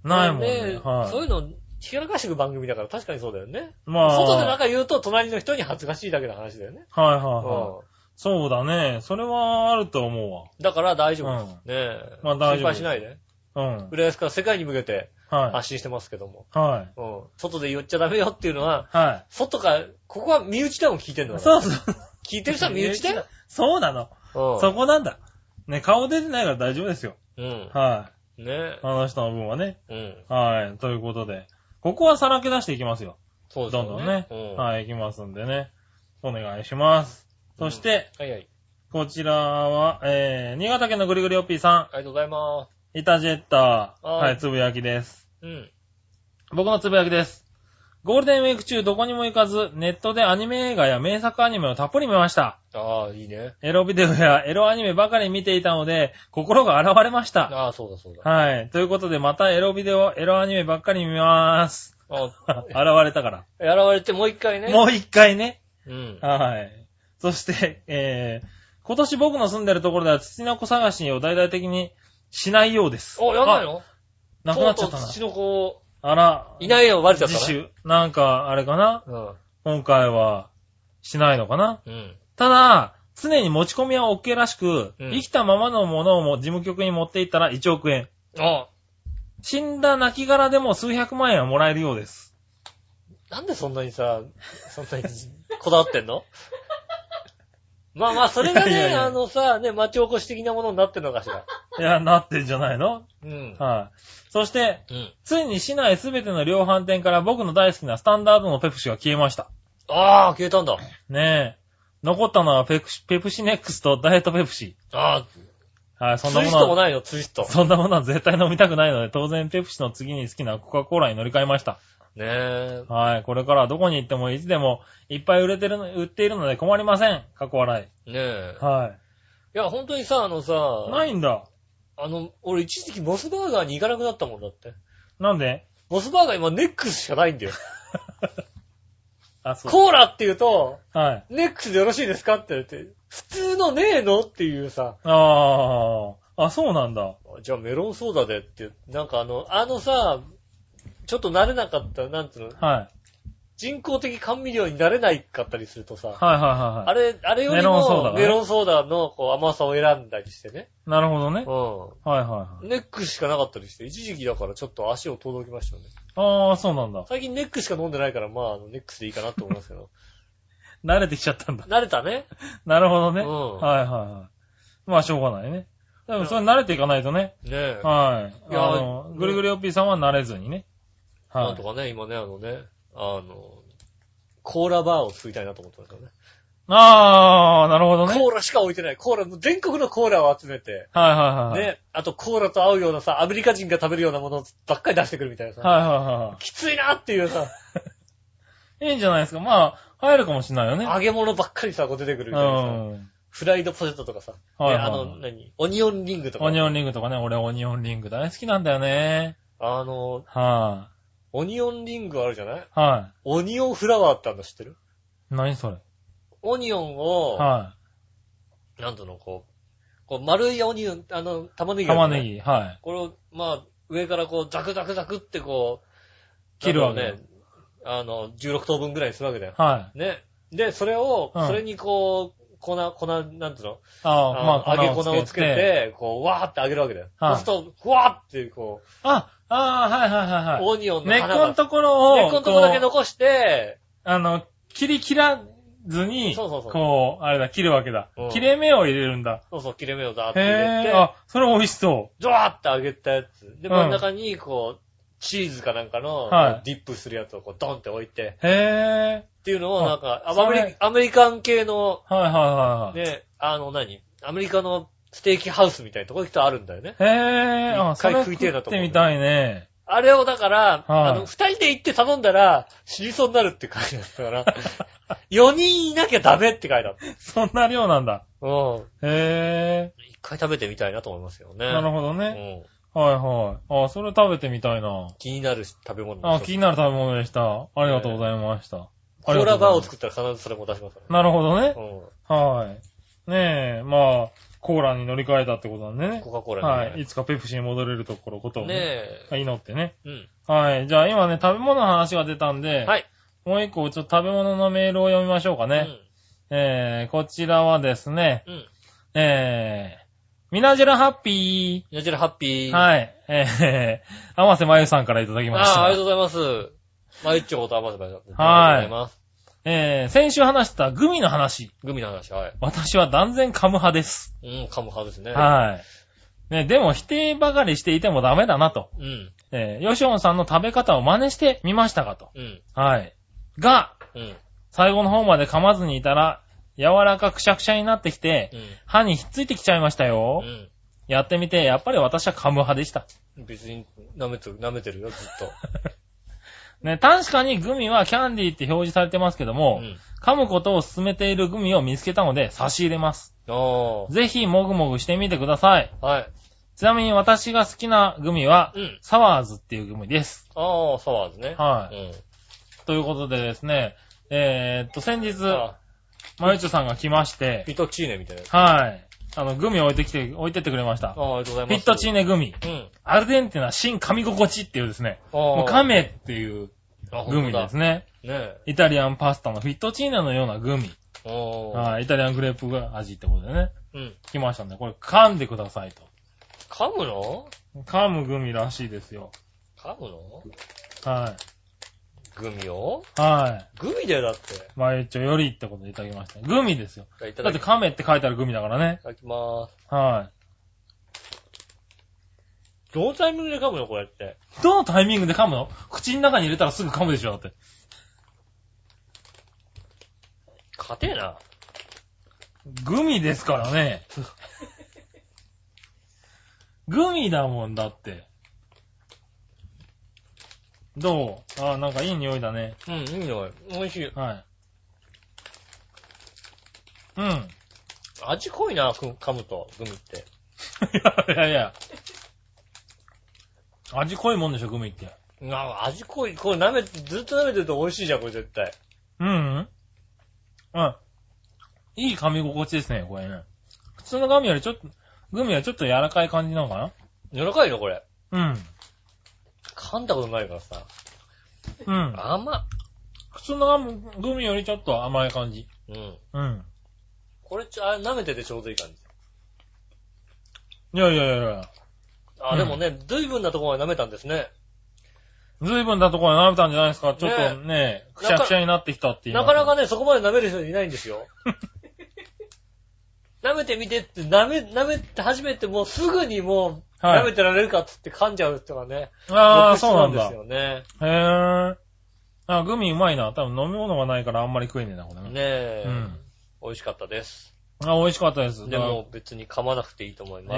ないもんね。 そういうの、ひらかしていく番組だから確かにそうだよね。まあ。外でなんか言うと隣の人に恥ずかしいだけの話だよね。 はい。そうだね。それはあると思うわ。 だから大丈夫。ねえ。まあ大丈夫。心配しないで。浦安から世界に向けて発信してますけども。はい。外で言っちゃダメよっていうのは、はい。外から、ここは身内でも聞いてんのそう。 聞いてる人は身内だよ。 そうなの。そこなんだ。ね、顔出てないから大丈夫ですよ。はい。 ね。 あの人の分はね。はい。ということで。ここはさらけ出していきますよ。 そうですね。 どんどんね。はい、いきますんでね。お願いします。そして、こちらは、新潟県のぐりぐりおっぴーさん。 ありがとうございます。 イタジェッター。はい、つぶやきです。僕のつぶやきです。ゴールデンウィーク中どこにも行かず、ネットでアニメ映画や名作アニメをたっぷり見ました。 ああ、いいね。 エロビデオやエロアニメばかり見ていたので、心が洗われました。 ああ、そうだ。 はい。ということで、またエロビデオ、エロアニメばっかり見まーす。洗われたから。 洗われてもう一回ね。 もう一回ね。 はい。そして、今年僕の住んでるところでは土の子探しを大々的にしないようです。 やんないの？ なくなっちゃったな。 土の子、 あら。 いないよ、バレちゃったな。 自主。なんか、あれかな？今回は、しないのかな？ただ、常に持ち込みは OK らしく、生きたままのものをも事務局に持っていったら1億円。死んだ亡骸でも数百万円はもらえるようです。 なんでそんなにこだわってんの？まあ、それがね、町おこし的なものになってんのかしら。 いや、なってんじゃないの？はい。そして、ついに市内すべての量販店から僕の大好きなスタンダードのペプシが消えました。 ああ、消えたんだ。 ねえ。残ったのはペプシネックスとダイエットペプシ。 ああ。はい、そんなもの。 ツイストもないの、ツイスト。 そんなものは絶対飲みたくないので、当然ペプシの次に好きなコカ・コーラに乗り換えました。 ねえ。 はい、これからはどこに行ってもいつでもいっぱい売っているので困りません。過去笑い。 ねえ。 はい。 いや、本当にさ、 ないんだ。 俺一時期モスバーガーに行かなくなったもんだって。 なんで？ モスバーガー今ネックスしかないんだよ。 あ、そう。 コーラって言うと、 はい。 ネックスでよろしいですかって言われて、普通のねえのっていうさ。 あ、そうなんだ。 じゃあメロンソーダでって、なんかさ、ちょっと慣れなかった、なんつうの？ はい。 人工的甘味料になれないかったりするとさ。 はい。 あれよりもメロンソーダのこう甘さを選んだりしてね。 なるほどね。 はい。ネックスしかなかったりして、一時期だからちょっと足を遠のきましたよね。 ああ、そうなんだ。 最近ネックスしか飲んでないから、まあ、ネックスでいいかなと思いますけど。 慣れてきちゃったんだ。 慣れたね。 なるほどね。 うん。 はいはいはい。まあしょうがないね。でもそれ慣れていかないとね。 ねえ。 はい。ぐりぐりおっぴーさんは慣れずにね。 はい。なんとかね、今ね、コーラバーを作りたいなと思ってますよね。 あー、なるほどね。 コーラしか置いてない。コーラ、全国のコーラを集めて。 はいはいはい。 ね。あとコーラと合うようなさ、アメリカ人が食べるようなものばっかり出してくるみたいなさ。 はいはいはい。 きついなっていうさ。 いいんじゃないですか。まあ、入るかもしれないよね。 揚げ物ばっかりさ、こう出てくるみたいなさ。フライドポテトとかさ。はいはいはい、オニオンリングとか。 オニオンリングとかね。俺オニオンリング大好きなんだよね。 はい、オニオンリングあるじゃない？ はい。 オニオンフラワーってあるの知ってる？ 何それ？ オニオンを、はい。なんとの、こう丸いオニオン、玉ねぎ、 玉ねぎ、はい。 これを、まあ、上からこう、ザクザクザクってこう、 切るわけね。 16等分ぐらいにするわけだよ。 はい。 ね。で、それを、それにこう、粉、なんていうの？揚げ粉をつけて、こう、わーって揚げるわけだよ。そうすると、ふわーってこう。 はいはいはいはい。 オニオンの花が。根っこのところを。 根っこのところだけ残して、 切らずに、こう、あれだ、切るわけだ。切れ目を入れるんだ。 そうそう、切れ目をだーって入れて。 それ美味しそう。 ドワーって揚げたやつ。で、真ん中に、こう、チーズかなんかの、ディップするやつをこう、ドンって置いて。っていうのを、なんか、アメリカン系の、 はいはいはい。 ね、アメリカのステーキハウスみたいなとこ行くとあるんだよね。 一回食いてえなと思ってみたいね。 あれをだから、二人で行って頼んだら、死にそうになるって書いてあったから、4人いなきゃダメって書いてあった。 そんな量なんだ。 うん。一回食べてみたいなと思いますよね。 なるほどね。はいはい。それ食べてみたいな。 気になる食べ物。 気になる食べ物でした。ありがとうございました。 コーラバーを作ったら必ずそれも出しますからね。なるほどね。はい。ねえ、まあ、コーラに乗り換えたってことなんでね。 コカ・コーラに。はい。いつかペプシに戻れることをね。 祈ってね。 うん。 はい。じゃあ今ね、食べ物の話が出たんで、 はい。 もう一個ちょっと食べ物のメールを読みましょうかね。こちらはですね、みなじらハッピー。 みなじらハッピー。 はい。甘瀬まゆさんからいただきました。 ありがとうございます。まゆっちょこと甘瀬まゆさん。 はい。ありがとうございます。先週話したグミの話。 グミの話、はい。 私は断然噛む派です。 噛む派ですね。 はい。ね、でも否定ばかりしていてもダメだなと。ヨシオンさんの食べ方を真似してみましたかと。はい。が、最後の方まで噛まずにいたら、柔らかくしゃくしゃになってきて、歯にひっついてきちゃいましたよ。やってみて、やっぱり私は噛む派でした。 別に舐めてるよ、ずっと。 ね、確かにグミはキャンディーって表示されてますけども、噛むことを勧めているグミを見つけたので差し入れます。ぜひもぐもぐしてみてください。 はい。 ちなみに私が好きなグミは、サワーズっていうグミです。 サワーズね。 はい。ということでですね、先日、まゆちょさんが来まして、 フィットチーネみたいな。 はい。グミ置いてってくれました。 ありがとうございます。 フィットチーネグミ。アルデンテナ新噛み心地っていうですね。もう噛めっていうグミですね。イタリアンパスタのフィットチーネのようなグミ。イタリアングレープ味ってことでね。来ましたんで、これ噛んでくださいと。 噛むの？ 噛むグミらしいですよ。 噛むの？ はい。 グミを？ はい。 グミだよ、だって。 まゆっちょよりってことでいただきました。グミですよ。だって噛めって書いてあるグミだからね。 いただきまーす。 はい。 どのタイミングで噛むのこれって。 どのタイミングで噛むの？口の中に入れたらすぐ噛むでしょ、だって。 硬えな。 グミですからね。グミだもんだって。どう？なんかいい匂いだね。 いい匂い。美味しい。 はい。 味濃いな、噛むと、グミって。 いや。味濃いもんでしょ、グミって。 味濃い。これずっと舐めてると美味しいじゃん、これ絶対。 いい噛み心地ですね、これね。普通のグミはちょっと柔らかい感じなのかな？ 柔らかいのこれ。 噛んだことないからさ。甘っ。 普通のグミよりちょっと甘い感じ。 これ舐めててちょうどいい感じ。 いや。 でもね、随分なところまで舐めたんですね。 ずいぶんだところで舐めたんじゃないですか。ちょっとね、くしゃくしゃになってきたっていう。 なかなかね、そこまで舐める人いないんですよ。舐めてみてって、舐めて初めてもうすぐにもう、舐めてられるかっつって噛んじゃう人がね。 ああ、そうなんだ。 ですよね。 へぇー。グミうまいな。多分飲み物がないからあんまり食えねえな、これね。 ねえ。うん。美味しかったです。 美味しかったです。 でも別に噛まなくていいと思います。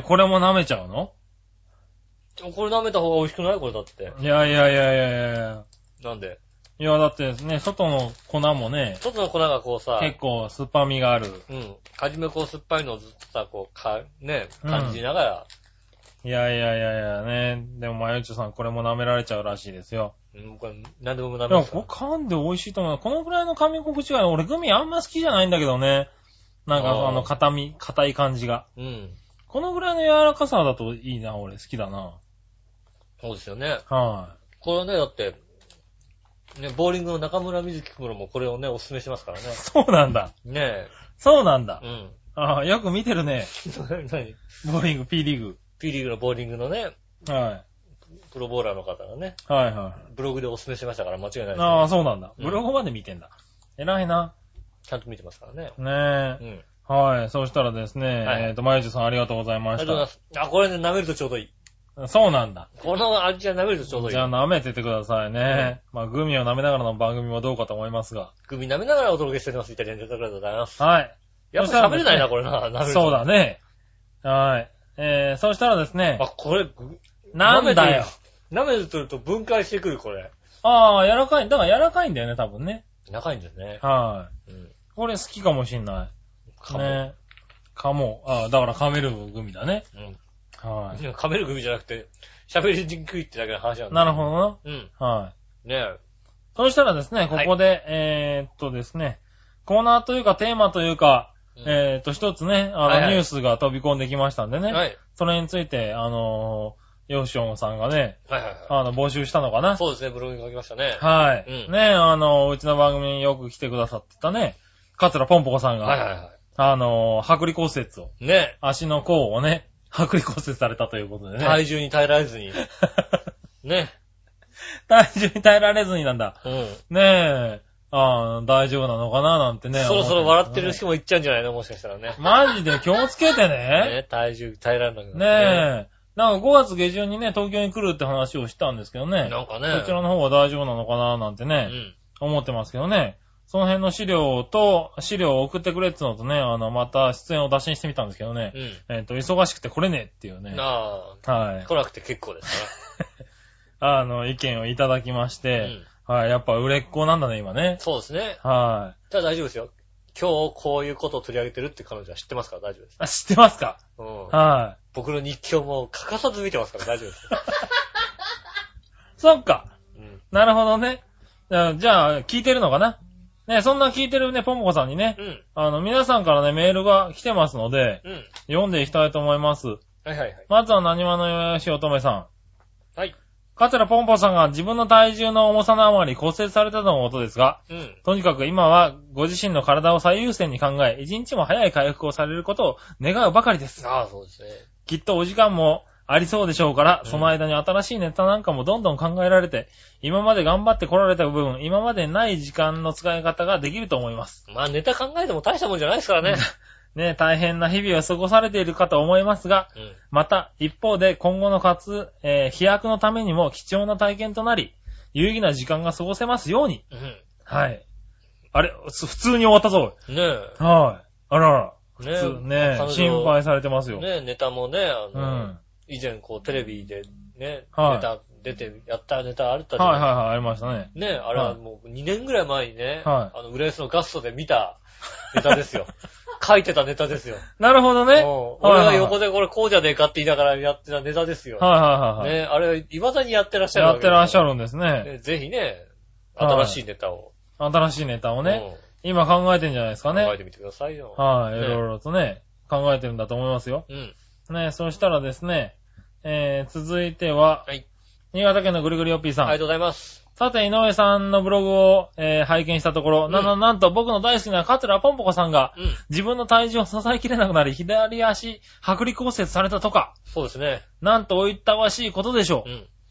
これも舐めちゃうの？ これ舐めた方が美味しくない？これだって。 いや。 なんで？ いや、だってね、外の粉もね。 外の粉がこうさ。 結構酸っぱみがある。 うん。はじめこう酸っぱいのをずっとさ、こう、感じながら。 いやね。でも、まゆちょさん、これも舐められちゃうらしいですよ。 これ、何でも舐めますか？ いや、噛んで美味しいと思う。このくらいの噛み心地が、俺グミあんま好きじゃないんだけどね。なんか、硬い感じが。うん。このぐらいの柔らかさだといいな、俺好きだな。 そうですよね。 はい。 これね、だって、ね、ボーリングの中村瑞希プロもこれをね、おすすめしますからね。 そうなんだ。 ねえ。 そうなんだ。 うん。 ああ、よく見てるね。 何？ ボーリング、P リーグ。 P リーグのボーリングのね。 はい。 プロボーラーの方がね。 はいはい。 ブログでおすすめしましたから間違いないです、ね。 ああ、そうなんだ。ブログまで見てんだ。偉いな。 ちゃんと見てますからね。 ねえ。うん。はい。そうしたらですね、まゆちょさんありがとうございました。 ありがとうございます。これね、舐めるとちょうどいい。 そうなんだ。 この味は舐めるとちょうどいい。 じゃあ舐めててくださいね。まあ、グミを舐めながらの番組もどうかと思いますが。 グミ舐めながらお届けしております。イタリアンジェットクラウドでございます。 はい。 やっぱ喋れないな、これな。舐めると。 そうだね。はい。そうしたらですね。 これ、 なんだよ。 舐めると分解してくる、これ。 ああ、柔らかい。だから柔らかいんだよね、多分ね。 柔らかいんですね。 はい。これ好きかもしんない。ね。かも。だから噛めるグミだね。はい。 噛めるグミじゃなくて、喋りにくいってだけの話なんだ。 なるほどな。はい。 ねえ。 そうしたらですね、ここで、ですね、コーナーというかテーマというか、一つね、ニュースが飛び込んできましたんでね。はい。それについて、ヨシオンさんがね、募集したのかな。 そうですね、ブログに書きましたね。 はい。ね、うちの番組によく来てくださってたね、桂ぽんぽこさんが、剥離骨折を。ね。足の甲をね、剥離骨折されたということでね。 体重に耐えられずに。ね。 体重に耐えられずになんだ。ねえ。大丈夫なのかななんてね。 そろそろ笑ってる人も言っちゃうんじゃないのもしかしたらね。 マジで気をつけてね。 ね、体重耐えられなくなるねえ。なんか5月下旬にね、東京に来るって話をしたんですけどね。 なんかね。 そちらの方は大丈夫なのかななんてね。思ってますけどね。その辺の資料を送ってくれってのとね、また出演を打診してみたんですけどね。忙しくて来れねえっていうね。 はい。来なくて結構ですね。意見をいただきまして、はい、やっぱ売れっ子なんだね、今ね。 そうですね。 はい。 ただ大丈夫ですよ。今日こういうことを取り上げてるって彼女は知ってますから大丈夫です。 知ってますか？ はい。僕の日記をもう欠かさず見てますから大丈夫です。 そっか。なるほどね。じゃあ、聞いてるのかな？ね、そんな聞いてるね、ぽんぽこさんにね、皆さんからね、メールが来てますので、読んでいきたいと思います。 はいはいはい。 まずは何話のよしおとめさん。 はい。 桂ぽんぽさんが自分の体重の重さのあまり骨折されたとのことですが、とにかく今はご自身の体を最優先に考え、一日も早い回復をされることを願うばかりです。 ああ、そうですね。 きっとお時間もありそうでしょうから、その間に新しいネタなんかもどんどん考えられて、今まで頑張って来られた分、今までない時間の使い方ができると思います。 まあネタ考えても大したもんじゃないですからね。 ね、大変な日々を過ごされているかと思いますが、また一方で今後の飛躍のためにも貴重な体験となり、有意義な時間が過ごせますように。はい。あれ、普通に終わったぞ。 ねえ。 はい。あらら。 普通ね、心配されてますよ。 ね、ネタもね、以前こうテレビでね、ネタ出てやったネタあったじゃないですか。 はい、ありましたね。 ね、あれはもう2年ぐらい前にね、浦安のガストで見たネタですよ。書いてたネタですよ。 なるほどね。 俺が横でこれこうじゃねえかって言いながらやってたネタですよ。ね、あれ、未だにやってらっしゃるわけです。 やってらっしゃるんですね。 ぜひね、新しいネタを。 新しいネタをね、今考えてんじゃないですかね。 考えてみてくださいよ。 はい、いろいろとね、考えてるんだと思いますよ。ね、そしたらですね、続いては、新潟県のぐりぐりおっぴーさん。 ありがとうございます。 さて、井上さんのブログを、拝見したところ、なんと僕の大好きな桂ぽんぽこさんが、自分の体重を支えきれなくなり、左足、剥離骨折されたとか。 そうですね。 なんとおいったわしいことでしょう。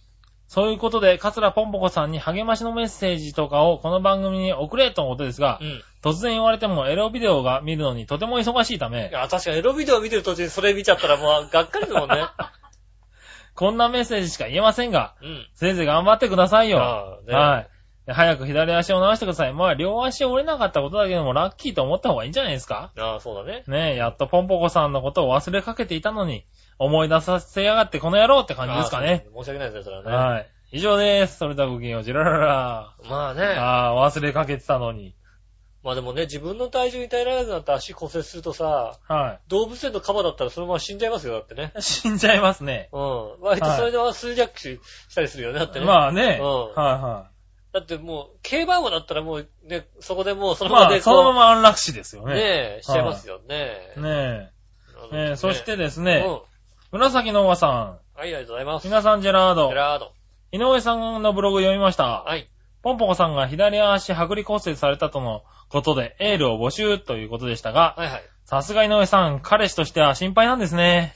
そういうことで、桂ぽんぽこさんに励ましのメッセージとかをこの番組に送れとのことですが、突然言われてもエロビデオが見るのにとても忙しいため。 いや、確かにエロビデオ見てる途中にそれ見ちゃったらもうがっかりだもんね。 こんなメッセージしか言えませんが、せいぜい頑張ってくださいよ。はい。早く左足を直してください。まあ、両足折れなかったことだけでもラッキーと思った方がいいんじゃないですか？ ああ、そうだね。 ねえ、やっとポンポコさんのことを忘れかけていたのに、思い出させやがってこの野郎って感じですかね。 申し訳ないですね、それはね。 はい。以上です。それではごきげんよう、ジラララ。 まあね。 ああ、忘れかけてたのに。 まあでもね、自分の体重に耐えられなくなって足骨折するとさ、 はい。 動物園のカバだったらそのまま死んじゃいますよ、だってね。 死んじゃいますね。 割とそれでは数弱死したりするよね、だってね。 まあね。はい。 だってもう、競馬馬だったらもうね、そこでもうそのままでそのまま安楽死ですよね。 ねえ、しちゃいますよね。 ねえ。そしてですね、紫のおばさん。 はい、ありがとうございます。 皆さん、ジェラード。 ジェラード。 井上さんのブログ読みました。 はい。 ポンポコさんが左足剥離骨折されたとのことで、エールを募集ということでしたが、 はいはい。 さすが井上さん、彼氏としては心配なんですね。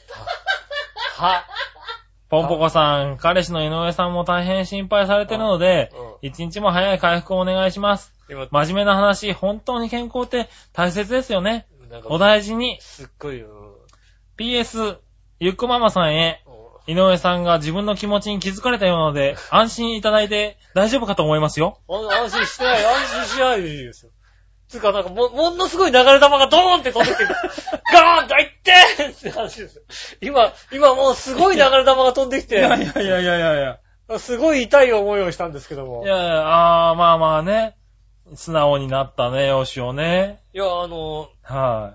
ポンポコさん、彼氏の井上さんも大変心配されているので、一日も早い回復をお願いします。真面目な話、本当に健康って大切ですよね。お大事に。 すっごいよ。 PS、ゆっこママさんへ、井上さんが自分の気持ちに気づかれたようなので、安心いただいて大丈夫かと思いますよ。 安心してない、安心しないですよ。つうか、なんかものすごい流れ玉がドーンって飛んできて、ガーンといってーって話ですよ。今もうすごい流れ玉が飛んできて。いや。 すごい痛い思いをしたんですけども。 まあね。素直になったね、よしをね。 いや、 はい。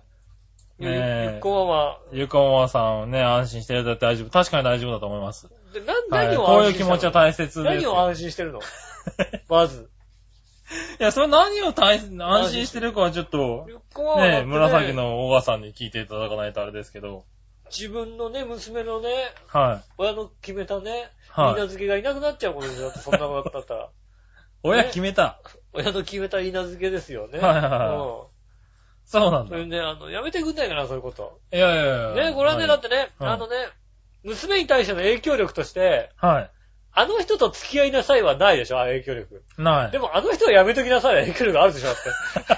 ゆっこママ。 ゆっこママさんをね、安心してるだって大丈夫。確かに大丈夫だと思います。 で、何をこういう気持ちは大切です。 何を安心してるのまず。 いや、それ何を安心してるかはちょっと、ね、紫のおばさんに聞いていただかないとあれですけど。 自分のね、娘のね、親の決めたね、 稲漬けがいなくなっちゃうことですよ。そんなことだったら。 親決めた。 親の決めた稲漬けですよね。 そうなんだ。 それね、やめてくんないかな、そういうこと。 いや。 ね、これはね、だってね、娘に対しての影響力として、あの人と付き合いなさいはないでしょ、影響力。 ない。 でもあの人はやめときなさいは影響力あるでしょ、だって。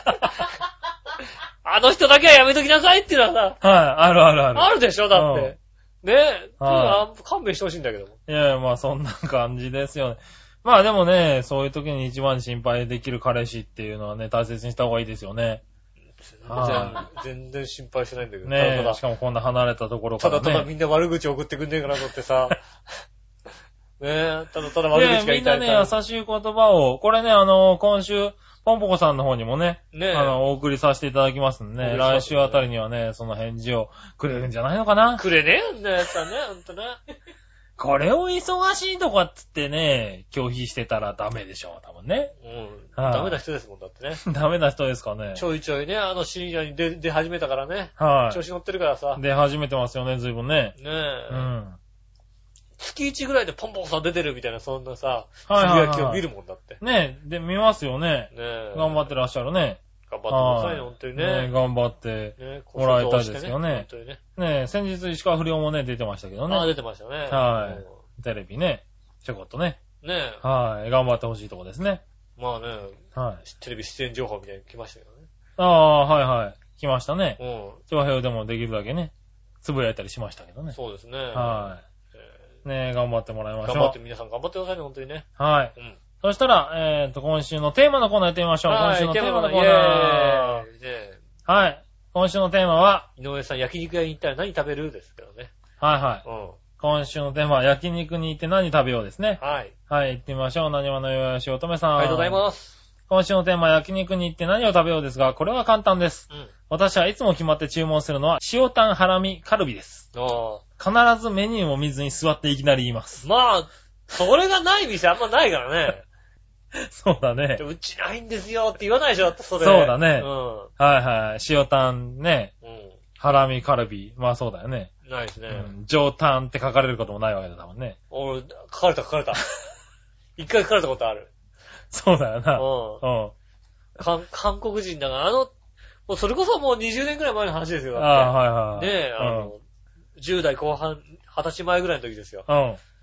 あの人だけはやめときなさいっていうのはさ。ある。 あるでしょ、だって。ねえ。勘弁してほしいんだけども。 いや、まあそんな感じですよね。まあでもね、そういう時に一番心配できる彼氏っていうのはね、大切にした方がいいですよね。 全然心配してないんだけどねえ。しかもこんな離れたところからね。 ただみんな悪口送ってくんねえかなとってさ。ねえ、ただ悪口が言いたい。 みんなね、優しい言葉を、これね、今週、ポンポコさんの方にもね、お送りさせていただきますんでね、来週あたりにはね、その返事をくれるんじゃないのかな。 くれねえんだよ、やったね、ほんとね。 これを忙しいとかっつってね、拒否してたらダメでしょ、多分ね。 ダメな人ですもんだってね。 ダメな人ですかね。 ちょいちょいね、深夜に出始めたからね。調子乗ってるからさ。 出始めてますよね、ずいぶんね。 ねえ。月1ぐらいでポンポンさん出てるみたいな、そんなさ、つぶやきを見るもんだって。 ねえ、で、見ますよね。頑張ってらっしゃるね。 頑張ってくださいね、ほんとにね。 ね頑張ってもらいたいですよね。ねえ、先日石川不良もね、出てましたけどね。 出てましたね。 テレビね、ちょこっとね。 ね頑張ってほしいとこですね。 まあね、テレビ出演情報みたいに来ましたけどね。 来ましたね。長平でもできるだけね、つぶやいたりしましたけどね。 そうですね。 ねえ、頑張ってもらいましょう。 皆さん頑張ってくださいね、ほんとにね。 そしたら、今週のテーマのコーナー行ってみましょう。今週のテーマのコーナー。今週のテーマは、 井上さん焼肉屋に行ったら何食べるですけどね。 今週のテーマは焼肉に行って何食べようですね。行ってみましょう。何話のよよしおとめさん。 ありがとうございます。 今週のテーマは焼肉に行って何を食べようですが、これは簡単です。私はいつも決まって注文するのは、塩タンハラミカルビです。必ずメニューを見ずに座っていきなり言います。 まあ、それがない店あんまないからね。 そうだね。 うちないんですよって言わないでしょ、だってそれ。 そうだね。塩タンね。ハラミカルビ。まあそうだよね。 ないですね。 上タンって書かれることもないわけだもんね。 俺、書かれた。一回書かれたことある。 そうだよな。 韓国人だから、もうそれこそもう20年くらい前の話ですよ。ねえ、10代後半、20歳前ぐらいの時ですよ。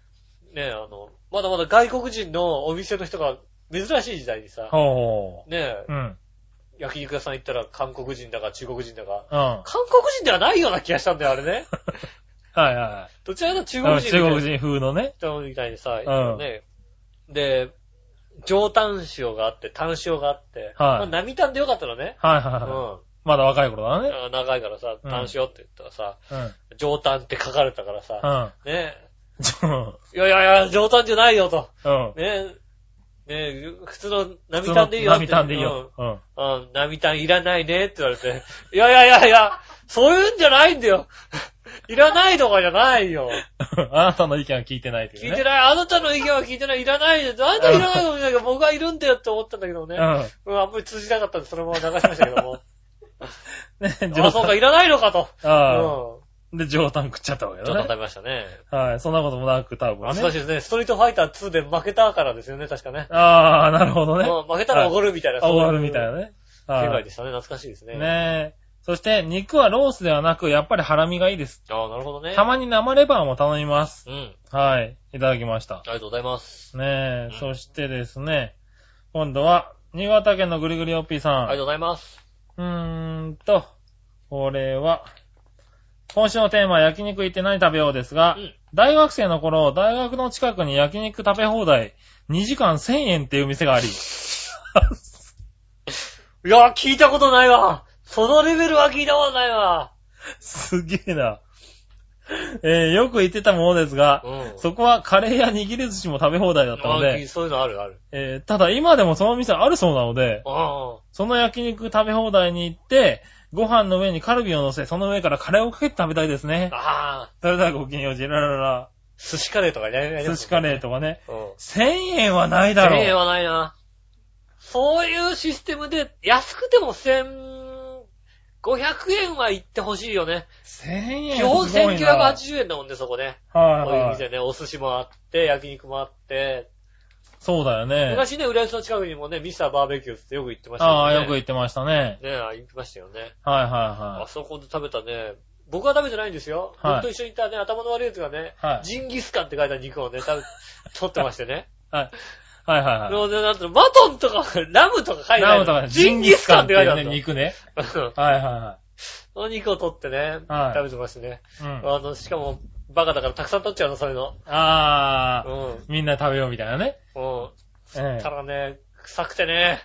ね、まだまだ外国人のお店の人が珍しい時代にさ、ね、焼肉屋さん行ったら韓国人だか中国人だか、韓国人ではないような気がしたんだよ、あれね。 はいはい。 どちらかと中国人。 中国人風のね。 人みたいにさ、ね。で、上タン塩があって、タン塩があって、並タンでよかったのね。はいはい。まだ若い頃だね。 長いからさ、タン塩って言ったらさ、上タンって書かれたからさ、ね。いや、上タンじゃないよと。ね。普通の並タンでいいよ。 並タンでいいよ。 並タンいらないねって言われて、いや、そういうんじゃないんだよ。いらないとかじゃないよ。 あなたの意見は聞いてないって聞いてない。あなたの意見は聞いてない。いらないで。あなたいらないかもしれないけど、僕はいるんだよって思ったんだけどね。あんまり通じなかったんで、そのまま流しましたけども。そうか、いらないのかと。 で、上タン食っちゃったわけだね。 上タン食べましたね。 はい。そんなこともなく、多分ね。 懐かしいですね。ストリートファイター2で負けたからですよね、確かね。 なるほどね。 負けたらおごるみたいな。 おごるみたいなね。 世界でしたね。懐かしいですね。 ねえ。そして、肉はロースではなく、やっぱりハラミがいいです。 なるほどね。 たまに生レバーも頼みます。はい。いただきました。 ありがとうございます。 ねえ。そしてですね、今度は、新潟県のぐりぐりおっぴーさん。 ありがとうございます。 これは、今週のテーマは焼肉行って何食べようですが、大学生の頃、大学の近くに焼肉食べ放題、2時間1000円っていう店があり。いや、聞いたことないわ。そのレベルは聞いたことないわ。 すげえな。よく行ってたものですが、そこはカレーや握り寿司も食べ放題だったので、 そういうのある。 ただ今でもその店あるそうなので、その焼肉食べ放題に行って、ご飯の上にカルビを乗せ、その上からカレーをかけて食べたいですね。それではごきげんよう、ジェラララ。 寿司カレーとかね。 寿司カレーとかね。1000円はないだろう。 1000円はないな。そういうシステムで、安くても1500円は行ってほしいよね。 1000円基本1980円だもんね、そこね。こういう店ね、お寿司もあって、焼肉もあって。 そうだよね。 昔ね、浦安の近くにもね、ミスターバーベキューってよく行ってましたよね。 よく行ってましたね。 ね、行ってましたよね。 あそこで食べたね、僕は食べてないんですよ。僕と一緒に行ったね、頭の悪いやつがね、ジンギスカンって書いた肉をね、取ってましてね。 はい。なんとマトンとか、ラムとか書いてある。ラムとか、ジンギスカンって書いてある。 肉ね。 その肉を取ってね、食べてましてね。しかも、バカだからたくさん取っちゃうの、そういうの。みんな食べようみたいなね。たらね、臭くてね。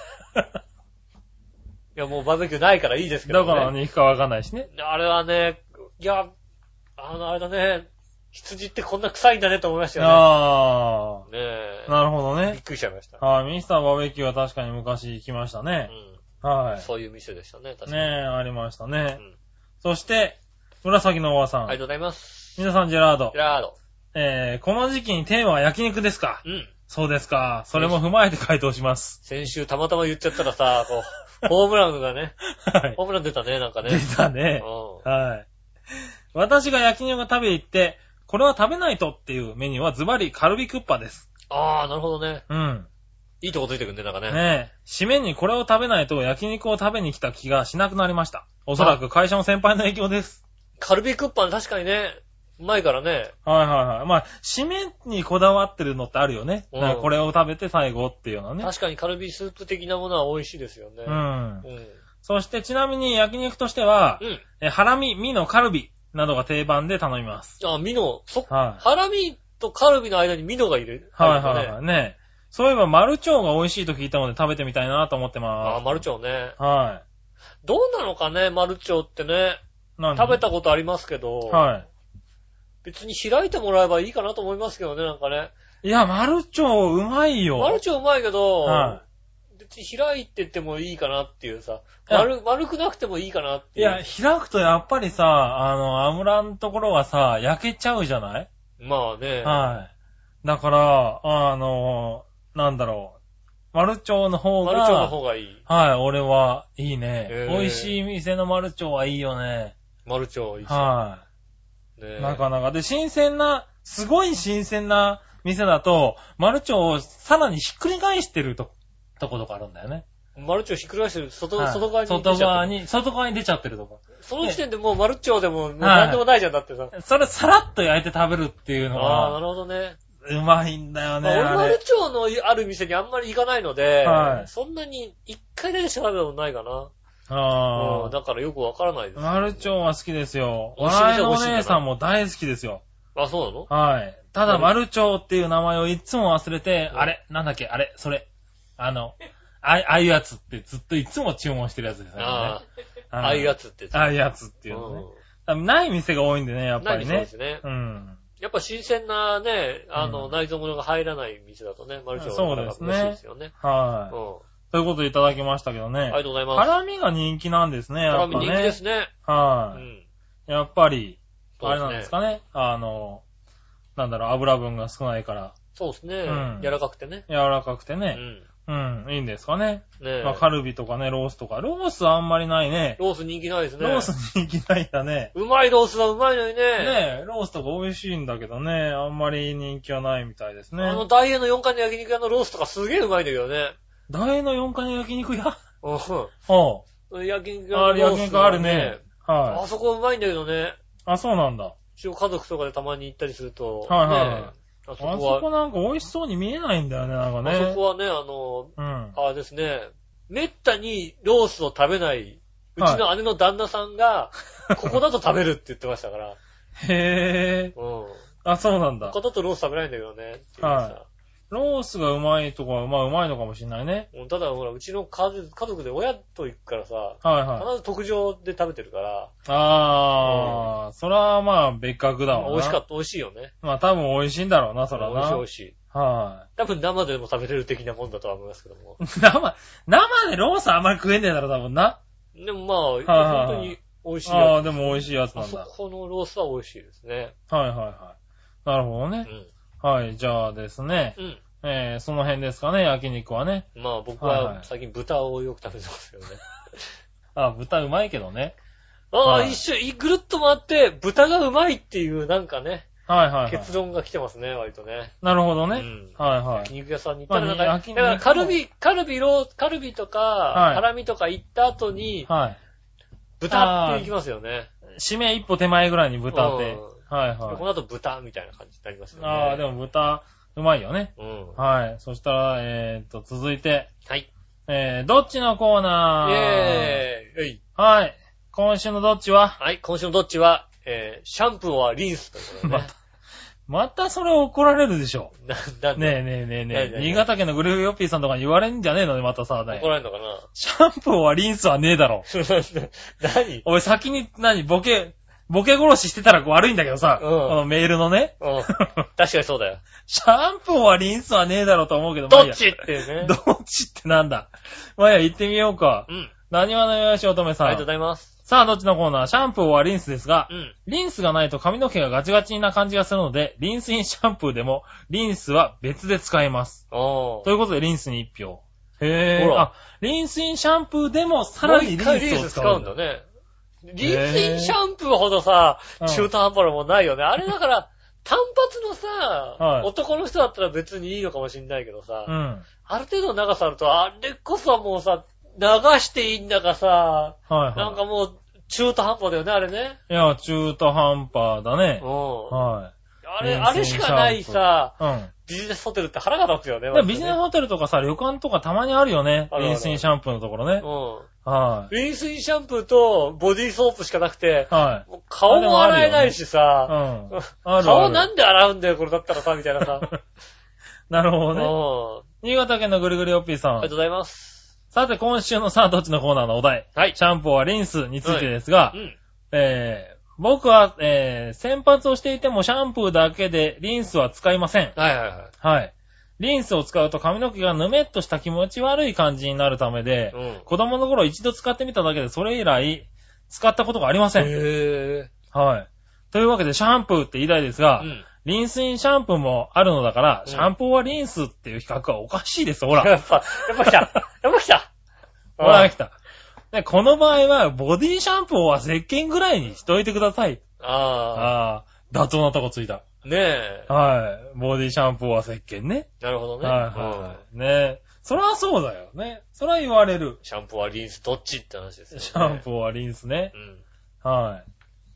いや、もうバーベキューないからいいですけどね。 だから肉かわかんないしね。 あれはね、いや、あれだね、羊ってこんな臭いんだねと思いましたよね。ねえ。 なるほどね。 びっくりしちゃいました。 ミスターバーベキューは確かに昔行きましたね。 そういう店でしたね、確かに。ねえ、ありましたね。そして、紫のおばさん。 ありがとうございます。 皆さん、ジェラード。 ジェラード。 この時期にテーマは焼肉ですか？そうですか。それも踏まえて回答します。 先週たまたま言っちゃったらさ、ホームランがね。ホームラン出たね、なんかね。 出たね。私が焼肉を食べ行って、これは食べないとっていうメニューはズバリカルビクッパです。 なるほどね。いいとこついてくんね、なんかね。 ねえ。締めにこれを食べないと焼肉を食べに来た気がしなくなりました。おそらく会社の先輩の影響です。 カルビクッパ確かにね、うまいからね。 まあ、締めにこだわってるのってあるよね。これを食べて最後っていうのはね。 確かにカルビスープ的なものは美味しいですよね。 そしてちなみに焼肉としては、ハラミ、ミノ、カルビなどが定番で頼みます。 ミノ、ハラミとカルビの間にミノがいる。 ね。そういえばマルチョウが美味しいと聞いたので食べてみたいなと思ってます。 マルチョウね。どうなのかね、マルチョウってね。食べたことありますけど。別に開いてもらえばいいかなと思いますけどね、なんかね。 いや、マルチョウうまいよ。 マルチョウうまいけど、別に開いててもいいかなっていうさ、丸くなくてもいいかなっていう。 いや、開くとやっぱりさ、油のところがさ、焼けちゃうじゃない？ まあね。 だから、なんだろう。マルチョウの方が。 マルチョウの方がいい。 俺はいいね。美味しい店のマルチョウはいいよね。 マルチョウいいし。 なかなか。で、すごい新鮮な店だと、マルチョウをさらにひっくり返してるとことかあるんだよね。 マルチョウひっくり返してる外側に外側に出ちゃってるとこ。 その時点でもうマルチョウでも、なんでもないじゃんだってさ。 それさらっと焼いて食べるっていうのは。 なるほどね。 うまいんだよね。 俺、丸町のある店にあんまり行かないので、はい、そんなに一回だけしか食べたことないかな。だからよくわからないです。 丸町は好きですよ。笑いのお姉さんも大好きですよ。 あ、そうなの？ はい。ただ、丸町っていう名前をいつも忘れて、あれなんだっけあれそれ。ああいうやつってずっといつも注文してるやつですね。 ああいうやつって。 ああいうやつっていうのね。ない店が多いんでね、やっぱりね。 そうですね。やっぱ新鮮なね、内臓物が入らない店だとね、丸町は美味しいですよね。 はい。ということでいただきましたけどね。 ありがとうございます。 ハラミが人気なんですね、やっぱね。 ハラミ人気ですね。 はい。やっぱり、あれなんですかね。なんだろう、油分が少ないから。 そうですね。柔らかくてね。 柔らかくてね。いいんですかね。まあ、カルビとかね、ロースとか。ロースあんまりないね。 ロース人気ないですね。 ロース人気ないんだね。 うまいロースはうまいのにね。 ねロースとか美味しいんだけどね。あんまり人気はないみたいですね。 ダイエーの4階の焼肉屋のロースとかすげえうまいんだけどね。 ダイエーの4階の焼肉屋焼肉屋のロース、 焼肉あるね。 はい。あそこうまいんだけどね。 あ、そうなんだ。 一応家族とかでたまに行ったりすると。 はいはい。あそこなんか美味しそうに見えないんだよね、なんかね。 あそこはね、あれですね、めったにロースを食べない、うちの姉の旦那さんが、ここだと食べるって言ってましたから。 へぇあ、そうなんだ。 ここだとロース食べないんだけどね。 はい。ロースがうまいとこはうまいのかもしれないね。 ただほら、うちの家族で親と行くからさ、必ず特上で食べてるから。 それはまあ別格だわな。 美味しいよね。 まあ多分美味しいんだろうな、そらな。 美味しい。多分生でも食べれる的なもんだとは思いますけども。 生でロースあんまり食えねえだろ、多分な。 でもまあ、本当に美味しいやつ。 でも美味しいやつなんだ。 あそこのロースは美味しいですね。 はい。なるほどね。はい、じゃあですね。その辺ですかね、焼肉はね。 まあ僕は最近豚をよく食べてますよね。 豚うまいけどね。 一緒、ぐるっと回って、豚がうまいっていうなんかね。結論が来てますね、割とね。 なるほどね。 焼肉屋さんに行ったらだからカルビとか、ハラミとか行った後に、豚って行きますよね。 締め一歩手前ぐらいに豚って。この後豚みたいな感じになりますよね。 でも豚、うまいよね。はい。そしたら、続いて。 はい。 どっちのコーナー？ イェーイ。 はい。今週のどっちは？ はい。今週のどっちは、シャンプーはリンスということでね。 またそれ怒られるでしょ。 なんで？ ねえ。新潟県のグルーヨッピーさんとかに言われんじゃねえのね、またさ。怒られんのかな？ シャンプーはリンスはねえだろ。 何？ おい、先に、ボケ殺ししてたら悪いんだけどさ。このメールのね。 確かにそうだよ。 シャンプーはリンスはねえだろと思うけど。 どっちってね。 どっちってなんだ。まあ行ってみようか。何話のよしおとめさん。 ありがとうございます。 さあ、どっちのコーナー？シャンプーはリンスですが、リンスがないと髪の毛がガチガチな感じがするので、リンスインシャンプーでも、リンスは別で使えます。ということで、リンスに1票。リンスインシャンプーでも、さらにリンスを使うんだね。リンスインシャンプーほどさ、中途半端なもんないよね。あれだから、単発のさ、男の人だったら別にいいのかもしんないけどさ、ある程度の長さあると、あれこそもうさ、流していいんだかさ、なんかもう、中途半端だよね、あれね。 いや、中途半端だね。 あれしかないさ、ビジネスホテルって腹が立つよね。 ビジネスホテルとかさ、旅館とかたまにあるよね。リンスインシャンプーのところね。 リンスインシャンプーとボディーソープしかなくて、顔も洗えないしさ、顔なんで洗うんだよ、これだったらさ、みたいなさ。 なるほどね。新潟県のぐるぐるよっぴーさん。 ありがとうございます。 さて、今週のさあ、どっちのコーナーのお題。シャンプーはリンスについてですが、僕は、洗髪をしていてもシャンプーだけでリンスは使いません。リンスを使うと髪の毛がぬめっとした気持ち悪い感じになるためで、子供の頃一度使ってみただけでそれ以来使ったことがありません。というわけでシャンプーって言いたいですが、リンスインシャンプーもあるのだから、シャンプーはリンスっていう比較はおかしいです、ほら。 やっぱ来た。 ほら、来た。で、この場合は、ボディシャンプーは石鹸ぐらいにしといてください。妥当なとこついた。 ねえ。 ボディシャンプーは石鹸ね。 なるほどね。 ねえ。そりゃそうだよね。そりゃ言われる。 シャンプーはリンスどっちって話ですよね。 シャンプーはリンスね。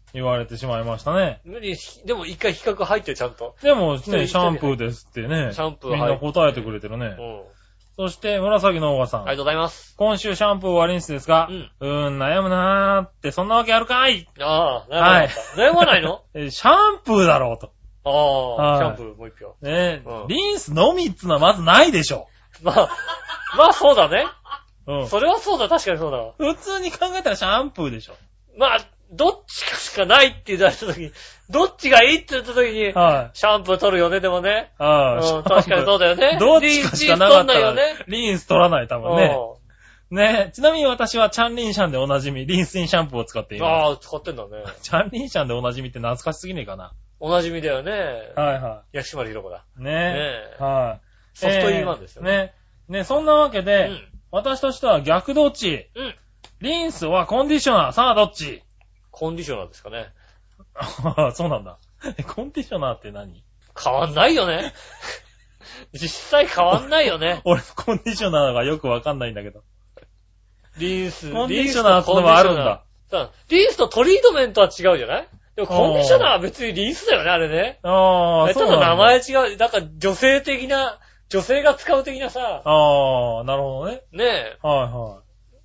言われてしまいましたね。 でも一回比較入ってちゃんと。 でもね、シャンプーですってね。 シャンプーみんな答えてくれてるね。そして、紫のオーガさん。 ありがとうございます。 今週シャンプーはリンスですが、悩むなーって、そんなわけあるかい？ ああ、はい。悩まないの？ シャンプーだろうと。 ああ、シャンプーもう一票。 ね、リンスのみってのはまずないでしょ。 まあそうだね。それはそうだ、確かにそうだわ。 普通に考えたらシャンプーでしょ。 まあ、どっちかしかないって言った時に、どっちがいいって言った時に、シャンプー取るよね、でもね。確かにそうだよね。 どっちかしかなかったらリンス取らない、多分ね。ね、ちなみに私はチャンリンシャンでおなじみ、リンスインシャンプーを使っています。 ああ、使ってんだね。 チャンリンシャンでおなじみって懐かしすぎねえかな。 おなじみだよね。 はいはい。 薬師丸ひろ子だ。 ねはい。 ソフトインワンですよね。 ね、そんなわけで、私としては逆どっち？リンスはコンディショナー、さあどっち？ コンディショナーですかね。 そうなんだ。コンディショナーって何？ 変わんないよね。実際変わんないよね。 俺コンディショナーがよくわかんないんだけど。 リンス。 コンディショナーってのもあるんだ。 リンスとトリートメントは違うじゃない？でもコンディショナーは別にリンスだよね、あれね。 ああ、そうなんだ。ただ名前違う。だから女性が使う的なさ。 ああ、なるほどね。 ねえ。 はい。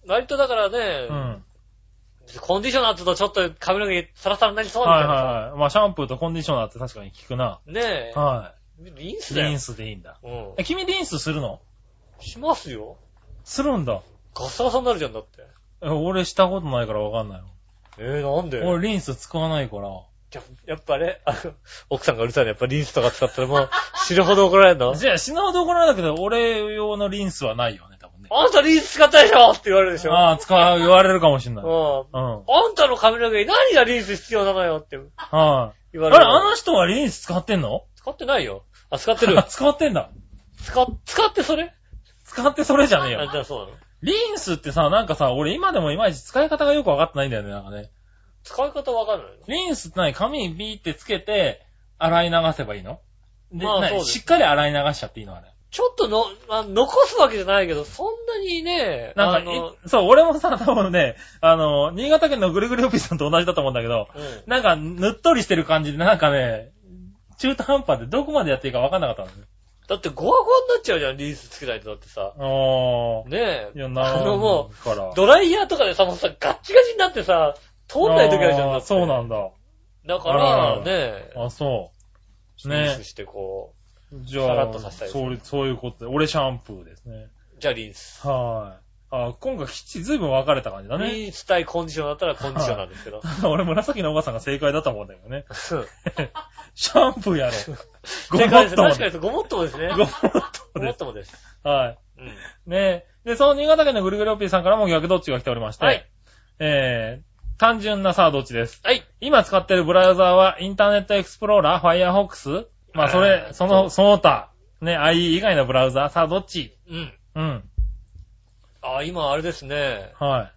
割とだからね、コンディショナーって言うとちょっと髪の毛サラサラになりそうみたいな。 はい。まあシャンプーとコンディショナーって確かに効くな。 ねえ。 はい。 リンスだよ。 リンスでいいんだ。君リンスするの？ しますよ。 するんだ。 ガサガサになるじゃんだって。 俺したことないからわかんないの。なんで？ 俺リンス使わないから。 やっぱね、奥さんがうるさいのやっぱリンスとか使ったらもう死ぬほど怒られるの？ じゃあ死ぬほど怒られるんだけど、俺用のリンスはないよね、多分ね。 あんたリンス使ったでしょって言われるでしょ？ ああ、言われるかもしんない。あんたの髪の毛に何がリンス必要なのよって。言われる。 あの人はリンス使ってんの？ 使ってないよ。使ってる。 使ってんだ。 使ってそれ？ 使ってそれじゃねえよ。 じゃあそうなの？ リンスってさ、なんかさ、俺今でもいまいち使い方がよくわかってないんだよね、なんかね。 使い方わかんないの？ リンスって何？髪にビーってつけて、洗い流せばいいの？で、 そうです。 しっかり洗い流しちゃっていいのあれ。 ちょっと残すわけじゃないけど、そんなにね、 なんか、そう、俺もさ、多分ね、新潟県のぐるぐるよぴさんと同じだと思うんだけど、なんか、ぬっとりしてる感じで、なんかね、中途半端でどこまでやっていいかわかんなかったんですよ。 だってゴワゴワになっちゃうじゃん、リンスつけないとだってさ。ねえ。 いや、 もう、ドライヤーとかでさ、もうさ、ガッチガチになってさ、通んない時あるじゃん。 そうなんだ。 だから、ねえ。そう。ねリンスしてこう、 じゃあ、 さらっとさせたい。 そういうことで、俺シャンプーですね。 じゃあリンス。 はい。今回きっちり随分分かれた感じだね。 リンス対コンディショナーだったらコンディショナーですけど。 俺紫のおばさんが正解だと思うんだけどね。シャンプーやろ。 ごもっとも。確かにごもっともですね。 ごもっともです。 はい。ねで、その新潟県のぐるぐるおっぴーさんからも逆どっちが来ておりまして。はい。単純なさあどっちです。はい。今使ってるブラウザーはインターネットエクスプローラー、Firefox？まあその他、ね、IE 以外のブラウザー、さあどっち？ 今あれですね。 はい。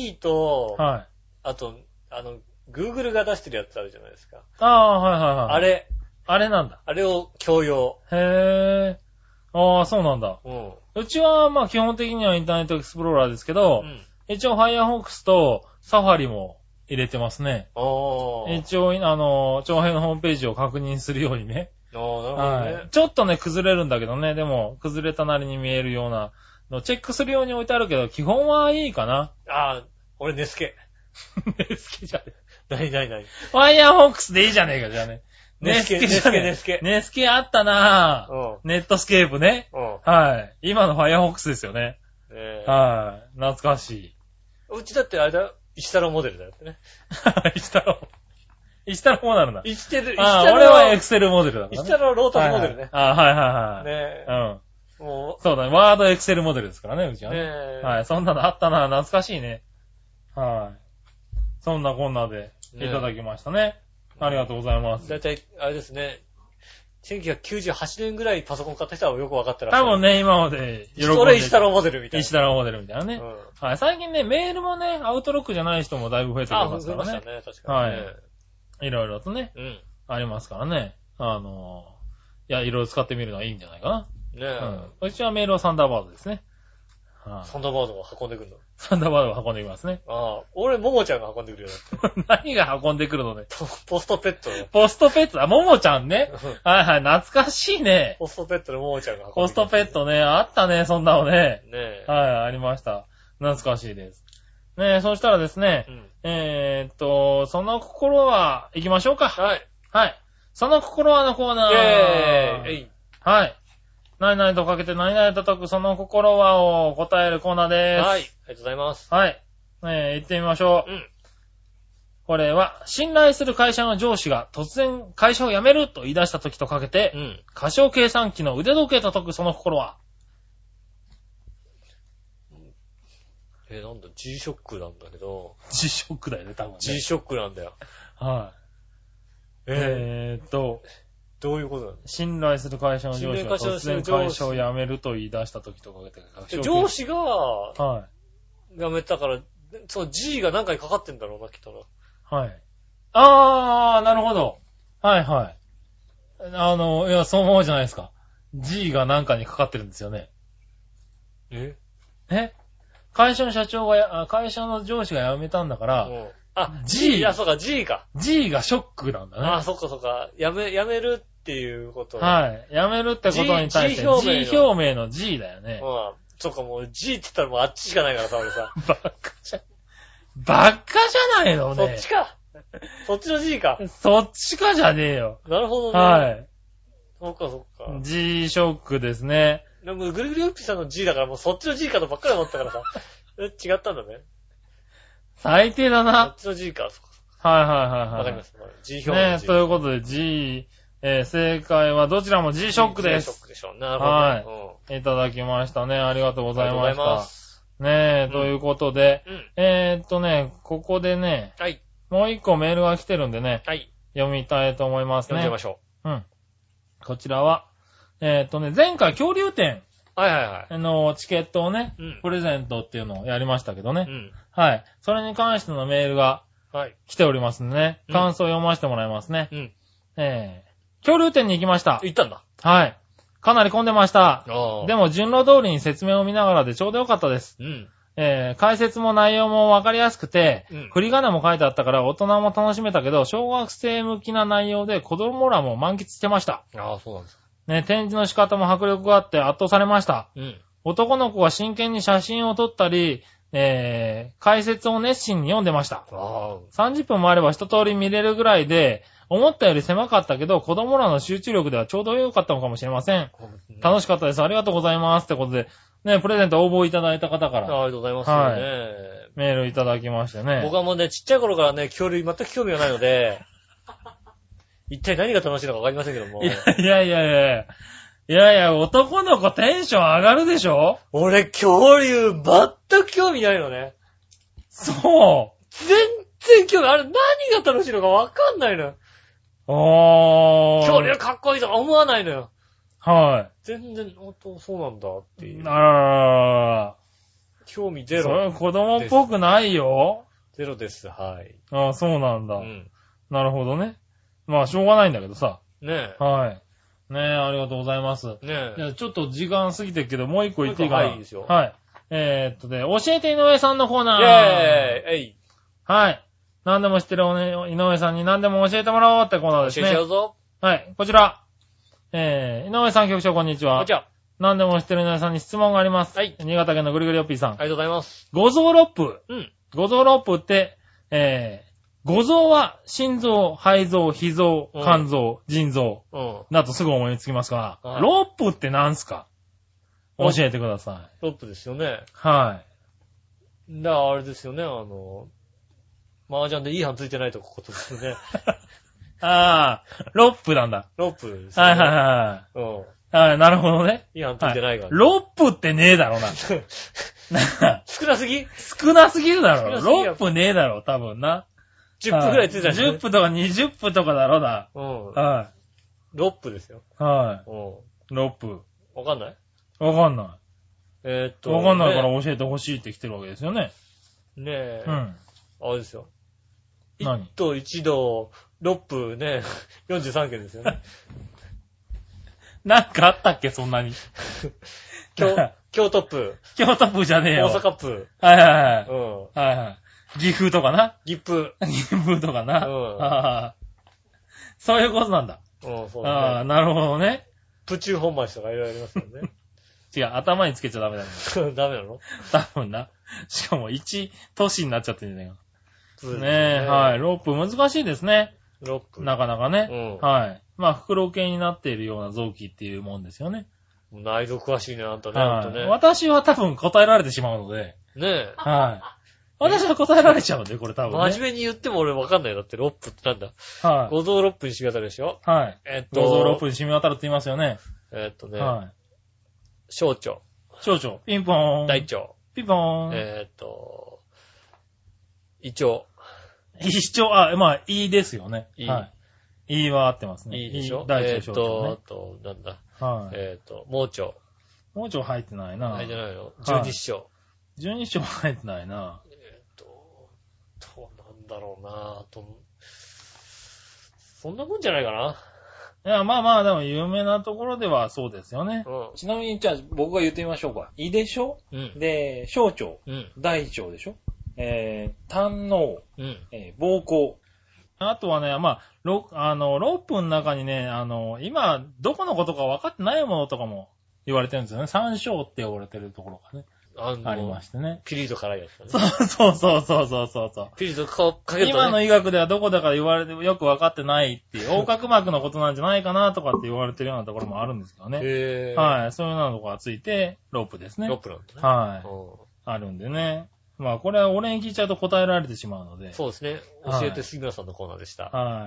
IE と、 はい。 あと、Google が出してるやつあるじゃないですか。 はい。あれなんだ。 あれを共用。 へー。そうなんだ。うちは、まあ基本的にはインターネットエクスプローラーですけど、一応 Firefox と Safari も入れてますね。一応、長編のホームページを確認するようにね。 なるほどね。 ちょっとね、崩れるんだけどね、でも、崩れたなりに見えるようなのチェックするように置いてあるけど、基本はいいかな。 俺ネスケ。 ネスケじゃねえ。何 Firefox でいいじゃねえか、じゃあね。ネスケじゃねえ。ネスケあったなぁ。ネットスケープね。はい。今の Firefox ですよね。はい。懐かしい。 うちだってあれだ、石太郎モデルだよってね。 石太郎モデルだ。 俺はエクセルモデルだからね。 石太郎ロータスモデルね。 はい。ねそうだね。ワードエクセルモデルですからね、うちはね。はい。そんなのあったな、懐かしいね。はい。そんなこんなでいただきましたね。ありがとうございます。 だいたい、あれですね。1998年ぐらいパソコン買った人はよくわかってらっしゃる。 多分ね、今まで喜んで。それ石太郎モデルみたいな。 石太郎モデルみたいなね。はい。最近ね、メールもね、アウトロックじゃない人もだいぶ増えてきますからね。 増えましたね、確かに。はい。 いろいろとね。ありますからね。いろいろ使ってみるのはいいんじゃないかな。ねえ。うちはメールはサンダーバードですね。 サンダーバードが運んでくるの。 サンダーバードが運んできますね。 ああ、俺、ももちゃんが運んでくるよ。 何が運んでくるのね。 ポストペットの。 ポストペット、あ、ももちゃんね。はいはい、懐かしいね。 ポストペットのももちゃんが運んでくる。 ポストペットね、あったね、そんなのね。 ねはい、ありました。懐かしいです。ねえ、そしたらですね、その心は、行きましょうか。 はい。 はい。その心はのコーナー。はい。何々とかけて何々と解くその心はを答えるコーナーです。 はい。ありがとうございます。 はい。行ってみましょう。これは、信頼する会社の上司が突然会社を辞めると言い出した時とかけて、過小計算機の腕時計と解くその心は。 なんだ、G-SHOCK なんだけど。 G-SHOCK だよね、多分ね。 G-SHOCK なんだよ。 はい。 どういうことなの？ 信頼する会社の上司が突然会社を辞めると言い出した時とかけて。 上司が、辞めたから、その G が何回かかってんだろうな、きっとな。 はい。なるほど。はいはい。いや、そう思うじゃないですか。G が何かにかかってるんですよね。会社の会社の上司が辞めたんだから、 G、そうか、G か。 G がショックなんだね。 そっかそっか。辞めるっていうこと。 はい。辞めるってことに対して G 表明の G だよね。 そっか、もう G って言ったらもうあっちしかないからさ、俺さ。 バカじゃないのね。 そっちか。そっちの G か。 そっちかじゃねえよ。 なるほどね。 はい。 そっかそっか。 G ショックですね。 でもぐるぐるよっぴさんの G だからもうそっちの G かとばっかり思ったからさ。違ったんだね。 最低だな。 そっちの G か。 はいはいはいはい。 わかります。G 表現。 ね、ということで G、正解はどちらも G ショックです。 G ショックでしょ。なるほど。 はい。いただきましたね。ありがとうございました。ありがとうございます。ねえ、ということで、ここでね、もう一個メールが来てるんでね、読みたいと思いますね。 読んでみましょう。こちらは、前回恐竜展のチケットをね、プレゼントっていうのをやりましたけどね。はい。それに関してのメールが来ておりますんでね、感想を読ませてもらいますね。恐竜展に行きました。 行ったんだ。 はい。かなり混んでました。でも順路通りに説明を見ながらでちょうどよかったです。解説も内容もわかりやすくて、振り仮名も書いてあったから大人も楽しめたけど、小学生向きな内容で子供らも満喫してました。 そうなんです。 ね、展示の仕方も迫力があって圧倒されました。男の子が真剣に写真を撮ったり、解説を熱心に読んでました。30分もあれば一通り見れるぐらいで、思ったより狭かったけど、子供らの集中力ではちょうど良かったのかもしれません。楽しかったです。ありがとうございます。ってことで、ね、プレゼント応募いただいた方から。 ありがとうございます。はい。 メールいただきましてね。 僕はもうね、ちっちゃい頃からね、恐竜全く興味がないので、一体何が楽しいのかわかりませんけども。 いや、男の子テンション上がるでしょ？ 俺、恐竜全く興味ないのね。 そう。 全然興味、あれ何が楽しいのかわかんないのよ。恐竜かっこいいとか思わないのよ。 はい。 全然、そうなんだっていう。興味ゼロ。 それ子供っぽくないよ。 ゼロです、はい。 そうなんだ。なるほどね。まあ、しょうがないんだけどさ。 ねえ。はい。ねえ、ありがとうございます。 ねえ。 ちょっと時間過ぎてるけど、もう一個言っていいかな。 はい、いいですよ。 はい。教えて井上さんのコーナー。 イェーイ。 はい。何でも知ってる井上さんに何でも教えてもらおうってコーナーですね。 教えちゃうぞ。 はい。こちら。井上さん局長こんにちは。 こんにちは。 何でも知ってる井上さんに質問があります。 はい。 新潟県のぐりぐりおっぴーさん。 ありがとうございます。 五臓六腑。五臓六腑って、五臓は心臓、肺臓、脾臓、肝臓、腎臓。だとすぐ思いつきますが、六腑って何すか？教えてください。 六腑ですよね。 はい。 だからあれですよね、麻雀でいい班ついてないとことですよね。 六腑なんだ。 六腑ですね。 はい。はい、なるほどね。 いい班ついてないから。 六腑ってねえだろな。 少なすぎるだろ。六腑ねえだろ、多分な。 10分くらいついてない。 10分とか20分とかだろうな。はい。 六腑ですよ。 はい。六腑。 わかんないわかんない。わかんないから教えてほしいって来てるわけですよね。 ねえ。あれですよ。 何？ 一都一道、六腑ね、43件ですよね。 なんかあったっけ、そんなに。 京都ップ。 京都ップじゃねえよ。 大阪ップ。 はいはいはい。 うん。 はいはい。岐阜とかな。 岐阜。 岐阜とかな。 うん。 そういうことなんだ。 うん、そうだね。 ああ、なるほどね。 プチュー本町とかいろいろありますよね。 違う、頭につけちゃダメだよ。ダメなの？ 多分な。しかも1都市になっちゃってるんじゃないか。ねえ、はい。ロープ難しいですね。 ロープ。 なかなかね。 うん。 はい。まあ、袋系になっているような臓器っていうもんですよね。 内臓詳しいね、あんたね。 はい。 ね、 私は多分答えられてしまうので。 ねえ。 はい。私は答えられちゃうんで、これ多分、ね。 真面目に言っても俺わかんないよ。だってロップってなんだ。 はい。 五臓六腑に染み渡るでしょ？ はい。五臓六腑に染み渡るって言いますよね。 ね。 はい。 小腸。 小腸。ピンポーン。 大腸。 ピンポーン。 胃腸。 胃腸、まあ、胃ですよね。 はい。 胃は合ってますね。 胃でしょ？ 大腸小腸、ね。 あと、なんだ。 はい。 盲腸。 盲腸入ってないな。 入ってないの？十二指腸。 十二指腸入ってないな。 なんだろうなそんなもんじゃないかな。 いや、まあまあ、でも有名なところではそうですよね。 うん。 ちなみに、じゃあ僕が言ってみましょうか。胃でしょ？ うん。 で、小腸。 うん。 大腸でしょ？胆の、 うん。 膀胱。 あとはね、まあ、ロープの中にね、今、どこのことか分かってないものとかも言われてるんですよね。山椒って呼ばれてるところがね。ありましてね。 ピリッと辛いやつだね。そう。 ピリッとかけると、ね、 今の医学ではどこだか言われてよく分かってないっていう、横隔膜のことなんじゃないかなとかって言われてるようなところもあるんですけどね。はい。そういうようなとこがついて、ロープですね。 ロープなんだね。 はい。あるんでね。まあ、これは俺に聞いちゃうと答えられてしまうので。 そうですね。教えて杉村さんのコーナーでした。 はい。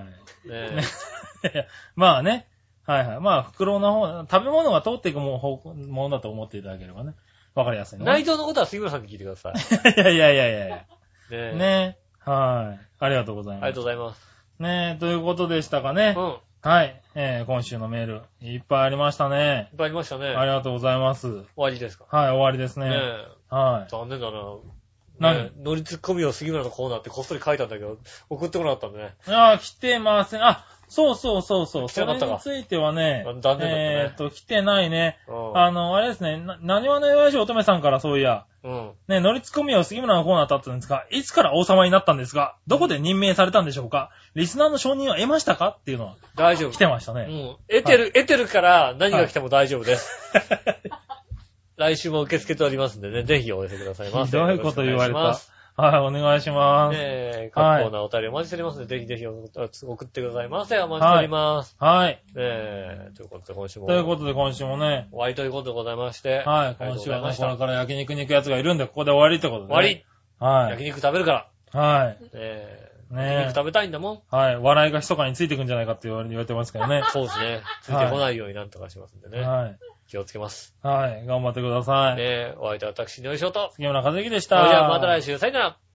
ねまあね。はいはい。まあ、袋の方、食べ物が通っていくものだと思っていただければね。わかりやすいね。 内臓のことは杉村さんに聞いてください。いや。 ねはい。ありがとうございます。 ありがとうございます。 ねということでしたかね。 うん。 はい。今週のメール、いっぱいありましたね。 いっぱいありましたね。 ありがとうございます。終わりですか？ はい、終わりですね。はい。 残念だな。乗りツッコミを杉村のコーナーってこっそり書いたんだけど、送ってこなかったんでね。 来てません。そう。それについてはね、 残念だったね。 来てないね。あれですね、何話の弱いし乙女さんからそういや、ね、乗りツッコミを杉村のコーナーだったんですが、いつから王様になったんですが、どこで任命されたんでしょうか？リスナーの承認は得ましたかっていうのは、 大丈夫。 来てましたね。 得てるから何が来ても大丈夫です。来週も受け付けておりますんでね、ぜひお寄せくださいませ。 ひどいこと言われた。はい、お願いします。 各コーナーお便りお待ちしておりますので、ぜひ送ってくださいませ。お待ちしております。 はい。 ということで今週も。 ね。 終わりということでございまして。 はい、今週はね、これから焼肉に行くやつがいるんで、ここで終わりってことで、ね。 終わり。 はい。 焼肉食べるから。 はい。 焼肉食べたいんだもん。 はい。笑いが密かについてくんじゃないかって言われてますからね。 そうですね。ついてこないようになんとかしますんでね。はい。気をつけます。 はい。頑張ってください。 お相手は私、井上翔と。 杉村和之でした。 それではまた来週、さよなら。